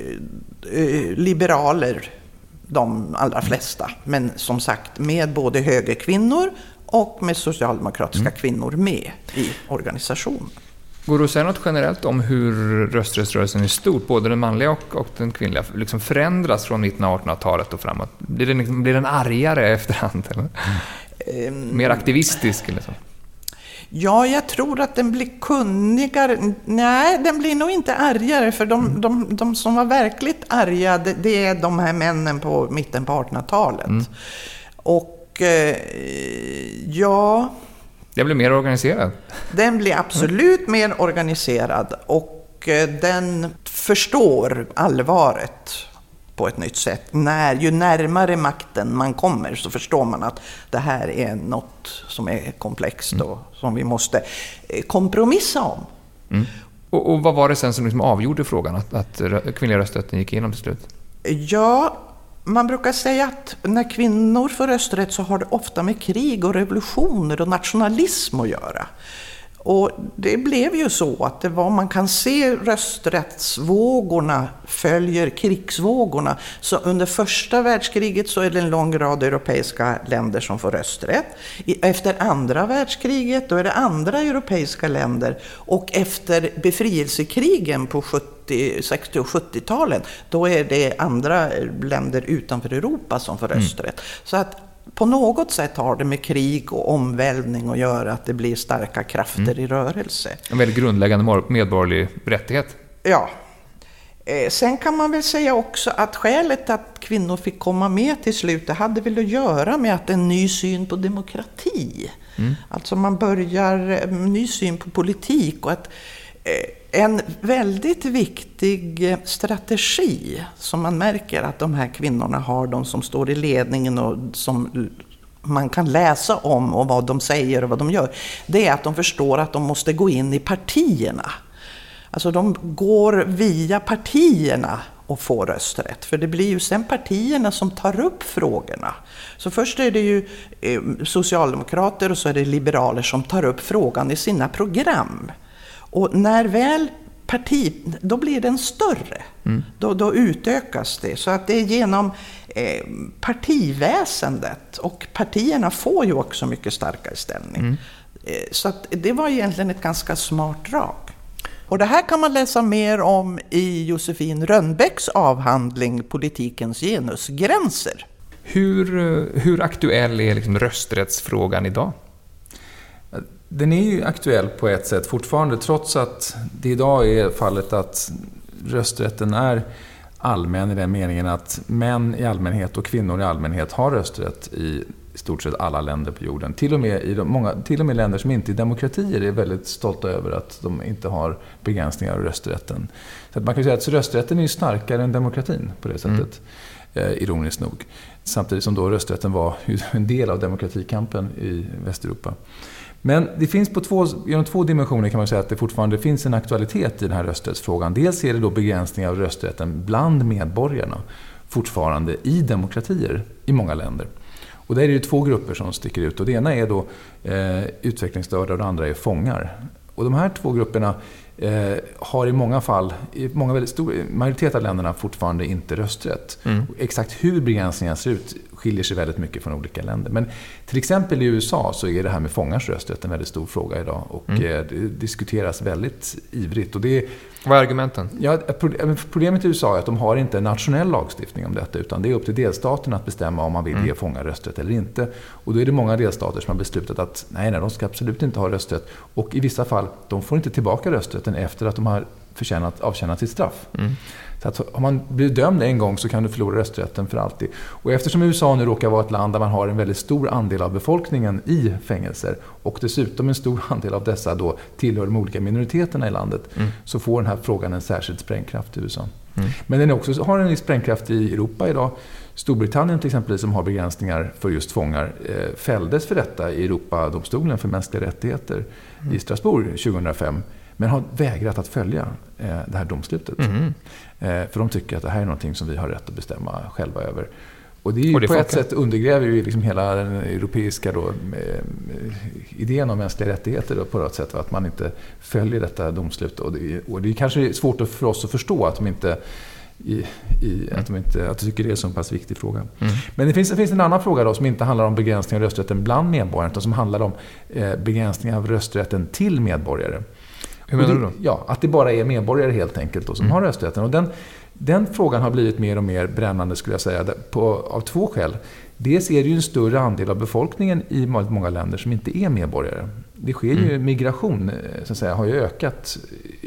liberaler, de allra flesta. Men som sagt, med både högerkvinnor och med socialdemokratiska kvinnor med i organisationen. Går det att säga något generellt om hur rösträttsrörelsen i stort, både den manliga och den kvinnliga, liksom förändras från mitten av 1800-talet och framåt? Blir den argare efterhand? Eller? Mer aktivistisk eller så? Ja, jag tror att den blir kunnigare. Nej, den blir nog inte argare, för de som var verkligt arga, det är de här männen på mitten på 1800-talet. Och ja... Den blir mer organiserad. Den blir absolut mer organiserad, och den förstår allvaret på ett nytt sätt. Ju närmare makten man kommer så förstår man att det här är något som är komplext och som vi måste kompromissa om. Och vad var det sen som liksom avgjorde frågan att kvinnliga rösträtten gick igenom till slut? Ja, man brukar säga att när kvinnor får rösträtt så har det ofta med krig och revolutioner och nationalism att göra. Och det blev ju så att man kan se rösträttsvågorna följer krigsvågorna. Så under första världskriget så är det en lång rad europeiska länder som får rösträtt. Efter andra världskriget då är det andra europeiska länder. Och efter befrielsekrigen på 60- och 70-talen då är det andra länder utanför Europa som får rösträtt. Så att på något sätt har det med krig och omvälvning att göra, att det blir starka krafter i rörelse. En väldigt grundläggande medborgerlig rättighet. Ja. Sen kan man väl säga också att skälet att kvinnor fick komma med till slut, det hade väl att göra med att en ny syn på demokrati. Alltså man börjar en ny syn på politik, och att en väldigt viktig strategi som man märker att de här kvinnorna har, de som står i ledningen och som man kan läsa om och vad de säger och vad de gör, det är att de förstår att de måste gå in i partierna. Alltså de går via partierna och får rösträtt. För det blir ju sen partierna som tar upp frågorna. Så först är det ju socialdemokrater och så är det liberaler som tar upp frågan i sina program. Och när väl då blir den större. Då utökas det. Så att det är genom partiväsendet, och partierna får ju också mycket starkare ställning. Så att det var egentligen ett ganska smart drag. Och det här kan man läsa mer om i Josefin Rönnbecks avhandling Politikens genusgränser. Hur aktuell är liksom rösträttsfrågan idag? Den är ju aktuell på ett sätt fortfarande, trots att det idag är fallet att rösträtten är allmän i den meningen att män i allmänhet och kvinnor i allmänhet har rösträtt i stort sett alla länder på jorden. Till och med länder som inte är demokratier är väldigt stolta över att de inte har begränsningar av rösträtten. Så att man kan säga att rösträtten är ju starkare än demokratin på det sättet, ironiskt nog. Samtidigt som då rösträtten var en del av demokratikampen i Västeuropa. Men det finns genom två dimensioner kan man säga att det fortfarande finns en aktualitet i den här rösträttsfrågan. Dels är det då begränsningar av rösträtten bland medborgarna fortfarande i demokratier i många länder. Och där är det ju två grupper som sticker ut. Och det ena är då utvecklingsstörda och det andra är fångar. Och de här två grupperna har i många fall, i många väldigt stor majoritet av länderna fortfarande inte rösträtt. Och exakt hur begränsningarna ser ut skiljer sig väldigt mycket från olika länder. Men till exempel i USA så är det här med fångars rösträtt en väldigt stor fråga idag. Och det diskuteras väldigt ivrigt. Och det är, vad är argumenten? Ja, problemet i USA är att de har inte en nationell lagstiftning om detta, utan det är upp till delstaterna att bestämma om man vill ge fångar rösträtt eller inte. Och då är det många delstater som har beslutat att nej, de ska absolut inte ha rösträtt. Och i vissa fall, de får inte tillbaka rösträtten efter att de har avtjänat sitt straff. Så att om man blir dömd en gång så kan du förlora rösträtten för alltid. Och eftersom USA nu råkar vara ett land där man har en väldigt stor andel av befolkningen i fängelser och dessutom en stor andel av dessa då tillhör de olika minoriteterna i landet, så får den här frågan en särskild sprängkraft i USA. Men den också har en sprängkraft i Europa idag. Storbritannien till exempel, som har begränsningar för just fångar, fälldes för detta i Europadomstolen för mänskliga rättigheter i Strasbourg 2005. Men har vägrat att följa det här domslutet. För de tycker att det här är någonting som vi har rätt att bestämma själva över. Och det är ju på ett sätt undergräver ju liksom hela den europeiska då, idén om mänskliga rättigheter då, på något sätt. Att man inte följer detta domslut. Och det är kanske svårt för oss att förstå att de inte... att tycker det är en så pass viktig fråga. Men det finns en annan fråga då, som inte handlar om begränsning av rösträtten bland medborgare, utan som handlar om begränsning av rösträtten till medborgare. Hur menar du då? Ja, att det bara är medborgare helt enkelt då, som har rösträtten. Och den frågan har blivit mer och mer brännande, skulle jag säga, av två skäl. Dels är det ju en större andel av befolkningen i många länder som inte är medborgare. Det sker ju migration, så att säga, har ju ökat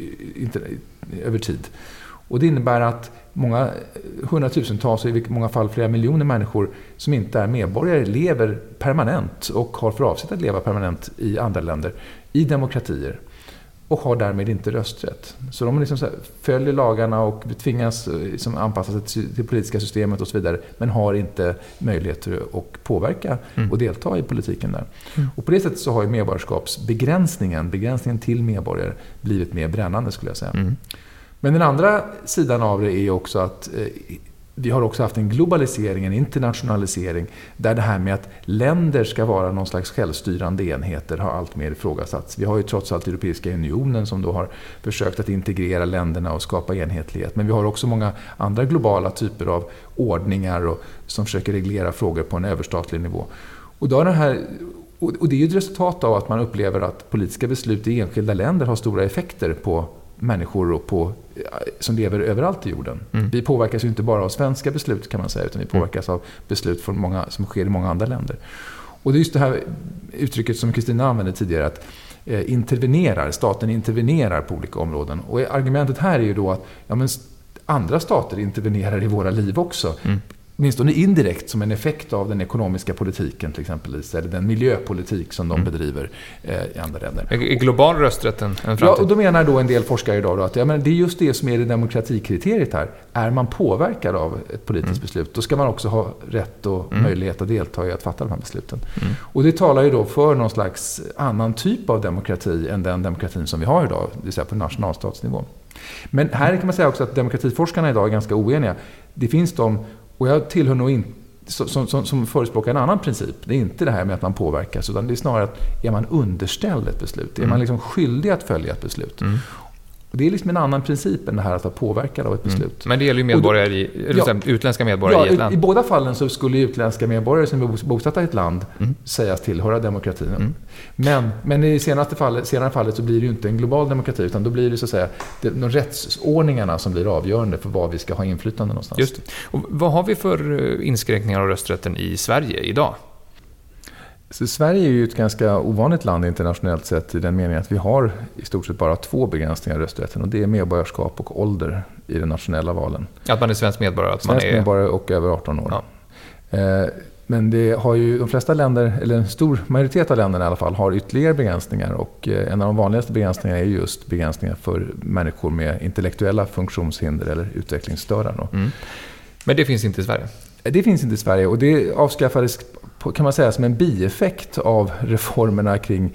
över tid. Och det innebär att många hundratusentals, i många fall flera miljoner människor som inte är medborgare lever permanent och har för avsikt att leva permanent i andra länder, i demokratier. Och har därmed inte rösträtt. Så de liksom så här, följer lagarna och tvingas liksom anpassa sig till det politiska systemet och så vidare. Men har inte möjlighet att påverka och delta i politiken där. Och på det sättet så har ju begränsningen till medborgare blivit mer brännande, skulle jag säga. Men den andra sidan av det är också att vi har också haft en globalisering, en internationalisering, där det här med att länder ska vara någon slags självstyrande enheter har allt mer ifrågasatts. Vi har ju trots allt Europeiska unionen som då har försökt att integrera länderna och skapa enhetlighet. Men vi har också många andra globala typer av ordningar som försöker reglera frågor på en överstatlig nivå. Och det är ju ett resultat av att man upplever att politiska beslut i enskilda länder har stora effekter på människor som lever överallt i jorden. Vi påverkas ju inte bara av svenska beslut, kan man säga, utan vi påverkas av beslut som sker i många andra länder. Och det är just det här uttrycket som Kristina använde tidigare, att staten intervenerar på olika områden. Och argumentet här är ju då att andra stater intervenerar i våra liv också. Åtminstone indirekt som en effekt av den ekonomiska politiken till exempel, eller den miljöpolitik som de bedriver i andra länder. Är global rösträtten en framtid? Ja, och då menar då en del forskare idag då att det är just det som är det demokratikriteriet här. Är man påverkad av ett politiskt beslut, då ska man också ha rätt och möjlighet att delta i att fatta de här besluten. Och det talar ju då för någon slags annan typ av demokrati än den demokratin som vi har idag, det vill säga på nationalstatsnivå. Men här kan man säga också att demokratiforskarna idag är ganska oeniga. Det finns och jag tillhör nog inte som förespråkar en annan princip. Det är inte det här med att man påverkas, utan det är snarare att är man underställd ett beslut. Är man liksom skyldig att följa ett beslut. Och det är liksom en annan princip än det här att vara påverkad av ett beslut. Men det gäller ju medborgare utländska medborgare i ett land. I båda fallen så skulle utländska medborgare som är bosatta i ett land sägas tillhöra demokratin. Men i senare fallet så blir det ju inte en global demokrati, utan då blir det så att säga de rättsordningarna som blir avgörande för vad vi ska ha inflytande någonstans. Just det. Och vad har vi för inskränkningar av rösträtten i Sverige idag? Så Sverige är ju ett ganska ovanligt land internationellt sett, i den meningen att vi har i stort sett bara 2 begränsningar av rösträtten, och det är medborgarskap och ålder i de nationella valen. Att man är svensk medborgare? Svensk medborgare och över 18 år. Ja. Men det har ju de flesta länder, eller en stor majoritet av länderna i alla fall, har ytterligare begränsningar, och en av de vanligaste begränsningarna är just begränsningar för människor med intellektuella funktionshinder eller utvecklingsstörda. Men det finns inte i Sverige? Det finns inte i Sverige, och det avskaffades, kan man säga, som en bieffekt av reformerna kring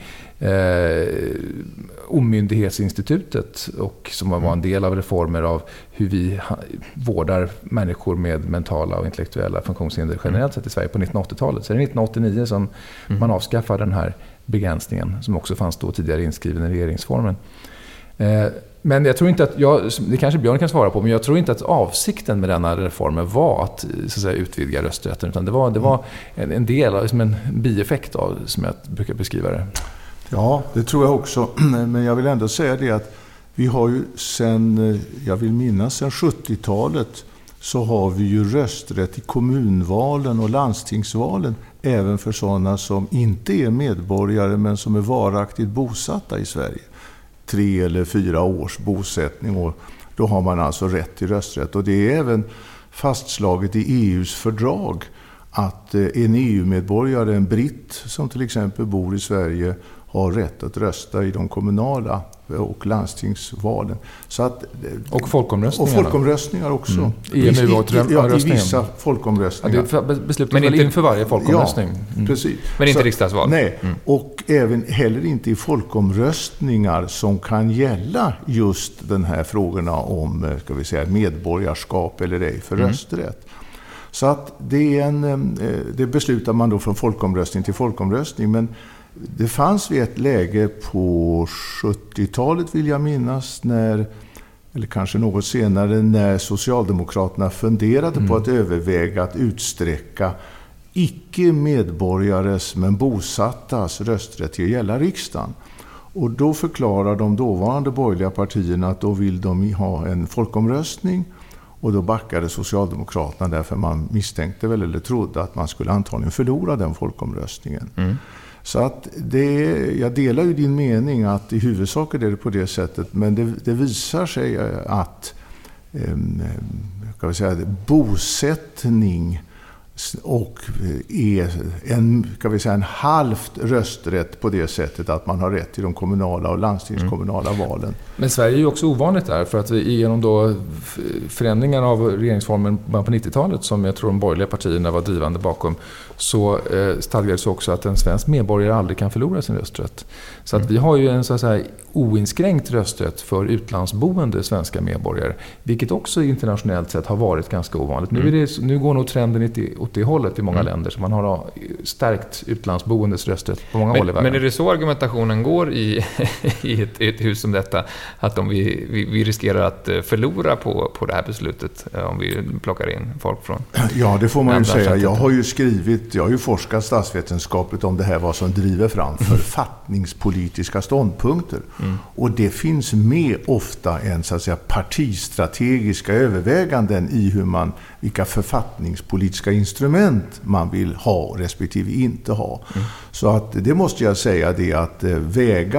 omyndighetsinstitutet, och som var en del av reformer av hur vi vårdar människor med mentala och intellektuella funktionshinder generellt sett i Sverige på 1980-talet. Så det är 1989 som man avskaffar den här begränsningen, som också fanns då tidigare inskriven i regeringsformen. Men jag tror inte att, det kanske Björn kan svara på, men jag tror inte att avsikten med denna reformen var att, så att säga, utvidga rösträtten, utan det var en del, liksom en bieffekt av, som jag brukar beskriva det. Ja, det tror jag också. Men jag vill ändå säga det att vi har ju sen 70-talet så har vi ju rösträtt i kommunvalen och landstingsvalen även för sådana som inte är medborgare men som är varaktigt bosatta i Sverige. 3 eller 4 års bosättning, och då har man alltså rätt till rösträtt. Och det är även fastslaget i EUs fördrag att en EU-medborgare, en britt som till exempel bor i Sverige, har rätt att rösta i de kommunala och landstingsvalen. Så att, och folkomröstningar. Och folkomröstningar också. I vissa folkomröstningar. Ja, beslutet men inte inför varje folkomröstning. Ja, precis. Men inte riksdagsval. Nej, och även heller inte i folkomröstningar som kan gälla just den här frågorna om, ska vi säga, medborgarskap eller ej för rösträtt. Så att det beslutar man då från folkomröstning till folkomröstning, men det fanns vid ett läge på 70-talet, vill jag minnas, eller kanske något senare, när Socialdemokraterna funderade på att överväga att utsträcka icke-medborgares men bosattas rösträtt till att gälla riksdagen. Och då förklarar de dåvarande borgerliga partierna att då vill de ha en folkomröstning, och då backade Socialdemokraterna därför man misstänkte väl eller trodde att man skulle antagligen förlora den folkomröstningen. Så att jag delar ju din mening att i huvudsak är det på det sättet, men det visar sig att bosättning och är en halvt rösträtt på det sättet att man har rätt till de kommunala och landstingskommunala valen. Men Sverige är ju också ovanligt där, för att vi genom då förändringar av regeringsformen på 90-talet, som jag tror de borgerliga partierna var drivande bakom, så stadgades också att en svensk medborgare aldrig kan förlora sin rösträtt. Så att vi har ju en så att säga oinskränkt rösträtt för utlandsboende svenska medborgare, vilket också internationellt sett har varit ganska ovanligt. Nu går nog trenden åt det hållet i många länder, så man har stärkt utlandsboendes rösträtt på många håll i världen. Men är det så argumentationen går i ett hus som detta, att om vi riskerar att förlora på det här beslutet om vi plockar in folk från... Ja, det får man ju säga. Jag har ju forskat statsvetenskapligt om det här, vad som driver fram författningspolitiska ståndpunkter. Och det finns med ofta en så att säga partistrategiska överväganden i vilka författningspolitiska instrument man vill ha respektive inte ha. Så att det måste jag säga, det att väga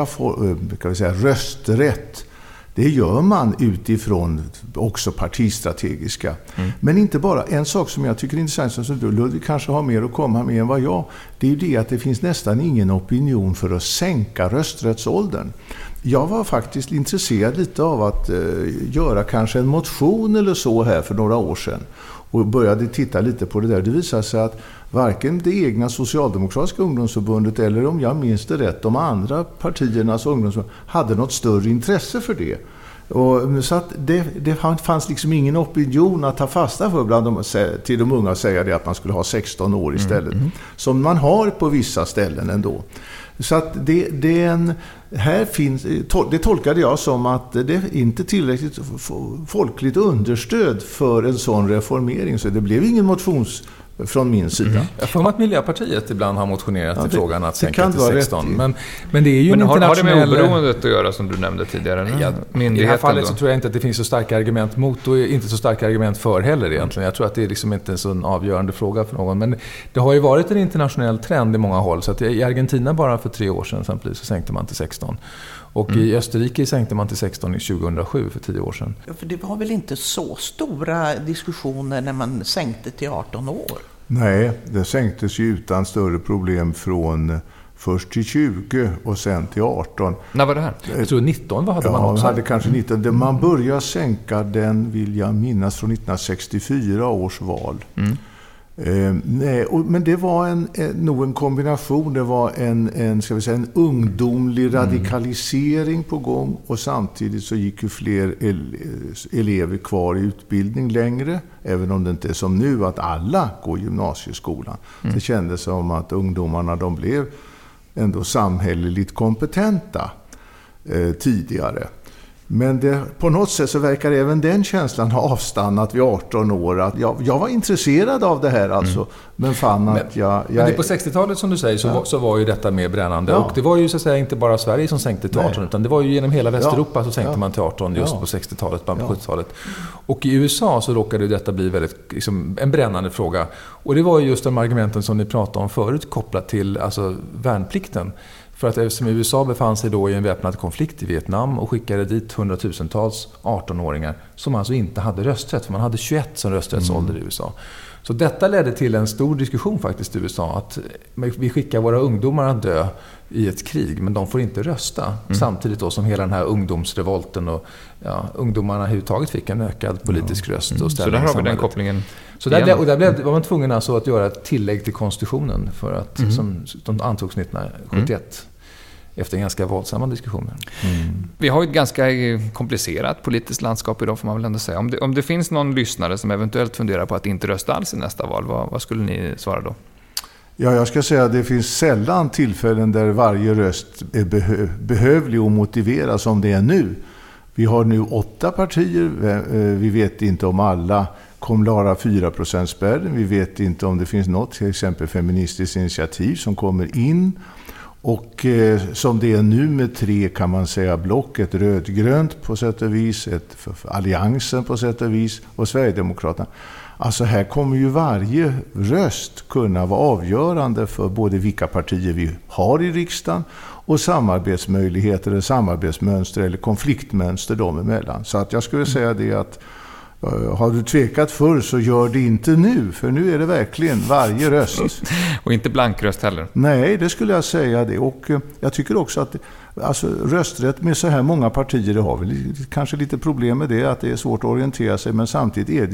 rösträtt, det gör man utifrån också partistrategiska. Men inte bara. En sak som jag tycker är intressant, som du, Ludvig, kanske har mer att komma med än vad jag, det är ju det att det finns nästan ingen opinion för att sänka rösträttsåldern. Jag var faktiskt intresserad lite av att göra kanske en motion eller så här för några år sedan, och började titta lite på det där. Det visade sig att varken det egna socialdemokratiska ungdomsförbundet eller, om jag minns det rätt, de andra partiernas ungdomsförbund hade något större intresse för det. Och så att det fanns liksom ingen opinion att ta fasta för till de unga, att säga det att man skulle ha 16 år istället. Som man har på vissa ställen ändå. Så att här finns, det tolkade jag som att det är inte tillräckligt folkligt understöd för en sån reformering, så det blev ingen motions från min sida. Jag får att Miljöpartiet ibland har motionerat i frågan att sänka till 16. Men det är ju men en internationell... har det med oberoendet att göra, som du nämnde tidigare? Ja, i det här fallet så tror jag inte att det finns så starka argument mot, och inte så starka argument för heller egentligen. Jag tror att det är liksom inte en sån avgörande fråga för någon. Men det har ju varit en internationell trend i många håll. Så att i Argentina bara för 3 år sedan så sänkte man till 16. Och i Österrike sänkte man till 16 i 2007, för 10 år sedan. Ja, för det var väl inte så stora diskussioner när man sänkte till 18 år? Nej, det sänktes ju utan större problem från först till 20 och sen till 18. När var det här? Jag tror 19 hade man också. Ja, hade kanske 19. Man började sänka den, vill jag minnas, från 1964 års val. Men det var nog en kombination. Det var en ungdomlig radikalisering på gång, och samtidigt så gick ju fler elever kvar i utbildning längre, även om det inte är som nu att alla går gymnasieskolan. Det kändes som att ungdomarna, de blev ändå samhälleligt kompetenta tidigare. Men på något sätt så verkar även den känslan ha avstannat vid 18 år. Att jag var intresserad av det här alltså, men fann att jag... Men det på 60-talet som du säger så var ju detta mer brännande. Ja. Och det var ju så att säga inte bara Sverige som sänkte till 18, utan det var ju genom hela Västeuropa så sänkte man till 18 just på 60-talet, på 70-talet. Och i USA så råkade detta bli väldigt liksom, en brännande fråga. Och det var ju just de argumenten som ni pratade om förut kopplat till alltså, värnplikten. För att eftersom USA befann sig då i en väpnad konflikt i Vietnam och skickade dit hundratusentals 18-åringar som alltså inte hade rösträtt. För man hade 21 som rösträttsålder i USA. Så detta ledde till en stor diskussion faktiskt i USA. Att vi skickar våra ungdomar att dö i ett krig, men de får inte rösta. Samtidigt då som hela den här ungdomsrevolten och ungdomarna överhuvudtaget fick en ökad politisk röst och ställning. Så där har vi den kopplingen. Så där var man tvungen alltså att göra ett tillägg till konstitutionen för att, som de antogs 1971 efter ganska våldsamma diskussioner. Vi har ett ganska komplicerat politiskt landskap idag får man väl ändå säga. Om det finns någon lyssnare som eventuellt funderar på att inte rösta alls i nästa val, vad skulle ni svara då? Ja, jag ska säga att det finns sällan tillfällen där varje röst är behövlig och motiverad som det är nu. Vi har nu 8 partier. Vi vet inte om alla kommer klara 4%-spärren. Vi vet inte om det finns något, till exempel feministiskt initiativ som kommer in. Och som det är nu med 3 kan man säga block, ett rödgrönt på sätt och vis, ett för alliansen på sätt och vis och Sverigedemokraterna. Alltså här kommer ju varje röst kunna vara avgörande för både vilka partier vi har i riksdagen och samarbetsmöjligheter eller samarbetsmönster eller konfliktmönster dem emellan. Så att jag skulle säga det att har du tvekat förr så gör det inte nu, för nu är det verkligen varje röst. Och inte blankröst heller. Nej, det skulle jag säga det. Och jag tycker också att alltså, rösträtt med så här många partier, det har väl kanske lite problem med det, att det är svårt att orientera sig, men samtidigt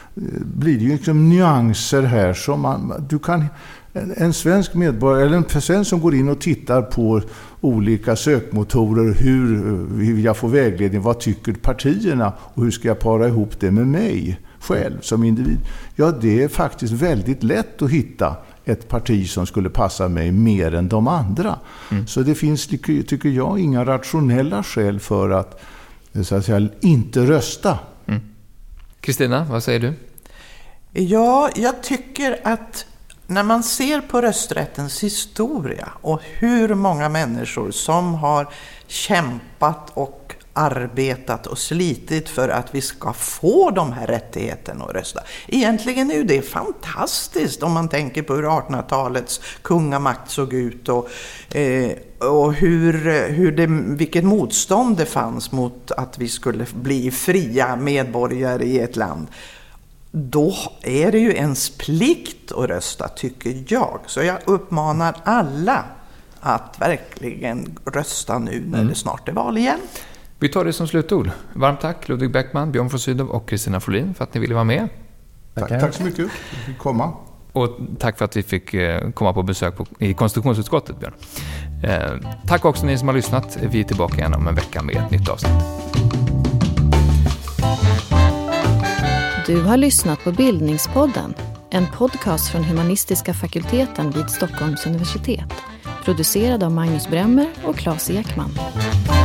blir det ju liksom nyanser här som du kan... En svensk medborgare eller en svensk som går in och tittar på olika sökmotorer, hur jag får vägledning, vad tycker partierna och hur ska jag para ihop det med mig själv som individ. Ja, det är faktiskt väldigt lätt att hitta ett parti som skulle passa mig mer än de andra. Så det finns, tycker jag, inga rationella skäl för att, så att säga, inte rösta. Kristina, vad säger du? Ja, jag tycker att när man ser på rösträttens historia och hur många människor som har kämpat och arbetat och slitit för att vi ska få de här rättigheterna att rösta. Egentligen är ju det fantastiskt om man tänker på hur 1800-talets kungamakt såg ut och vilket motstånd det fanns mot att vi skulle bli fria medborgare i ett land. Då är det ju ens plikt att rösta, tycker jag. Så jag uppmanar alla att verkligen rösta nu när det snart är val igen. Vi tar det som slutord. Varmt tack Ludvig Bäckman, Björn von Sydow och Kristina Folin för att ni ville vara med. Tack så mycket. Vi fick komma. Och tack för att vi fick komma på besök i konstitutionsutskottet, Björn. Tack också ni som har lyssnat. Vi är tillbaka igen om en vecka med ett nytt avsnitt. Du har lyssnat på Bildningspodden, en podcast från Humanistiska fakulteten vid Stockholms universitet. Producerad av Magnus Bremmer och Claes Ekman.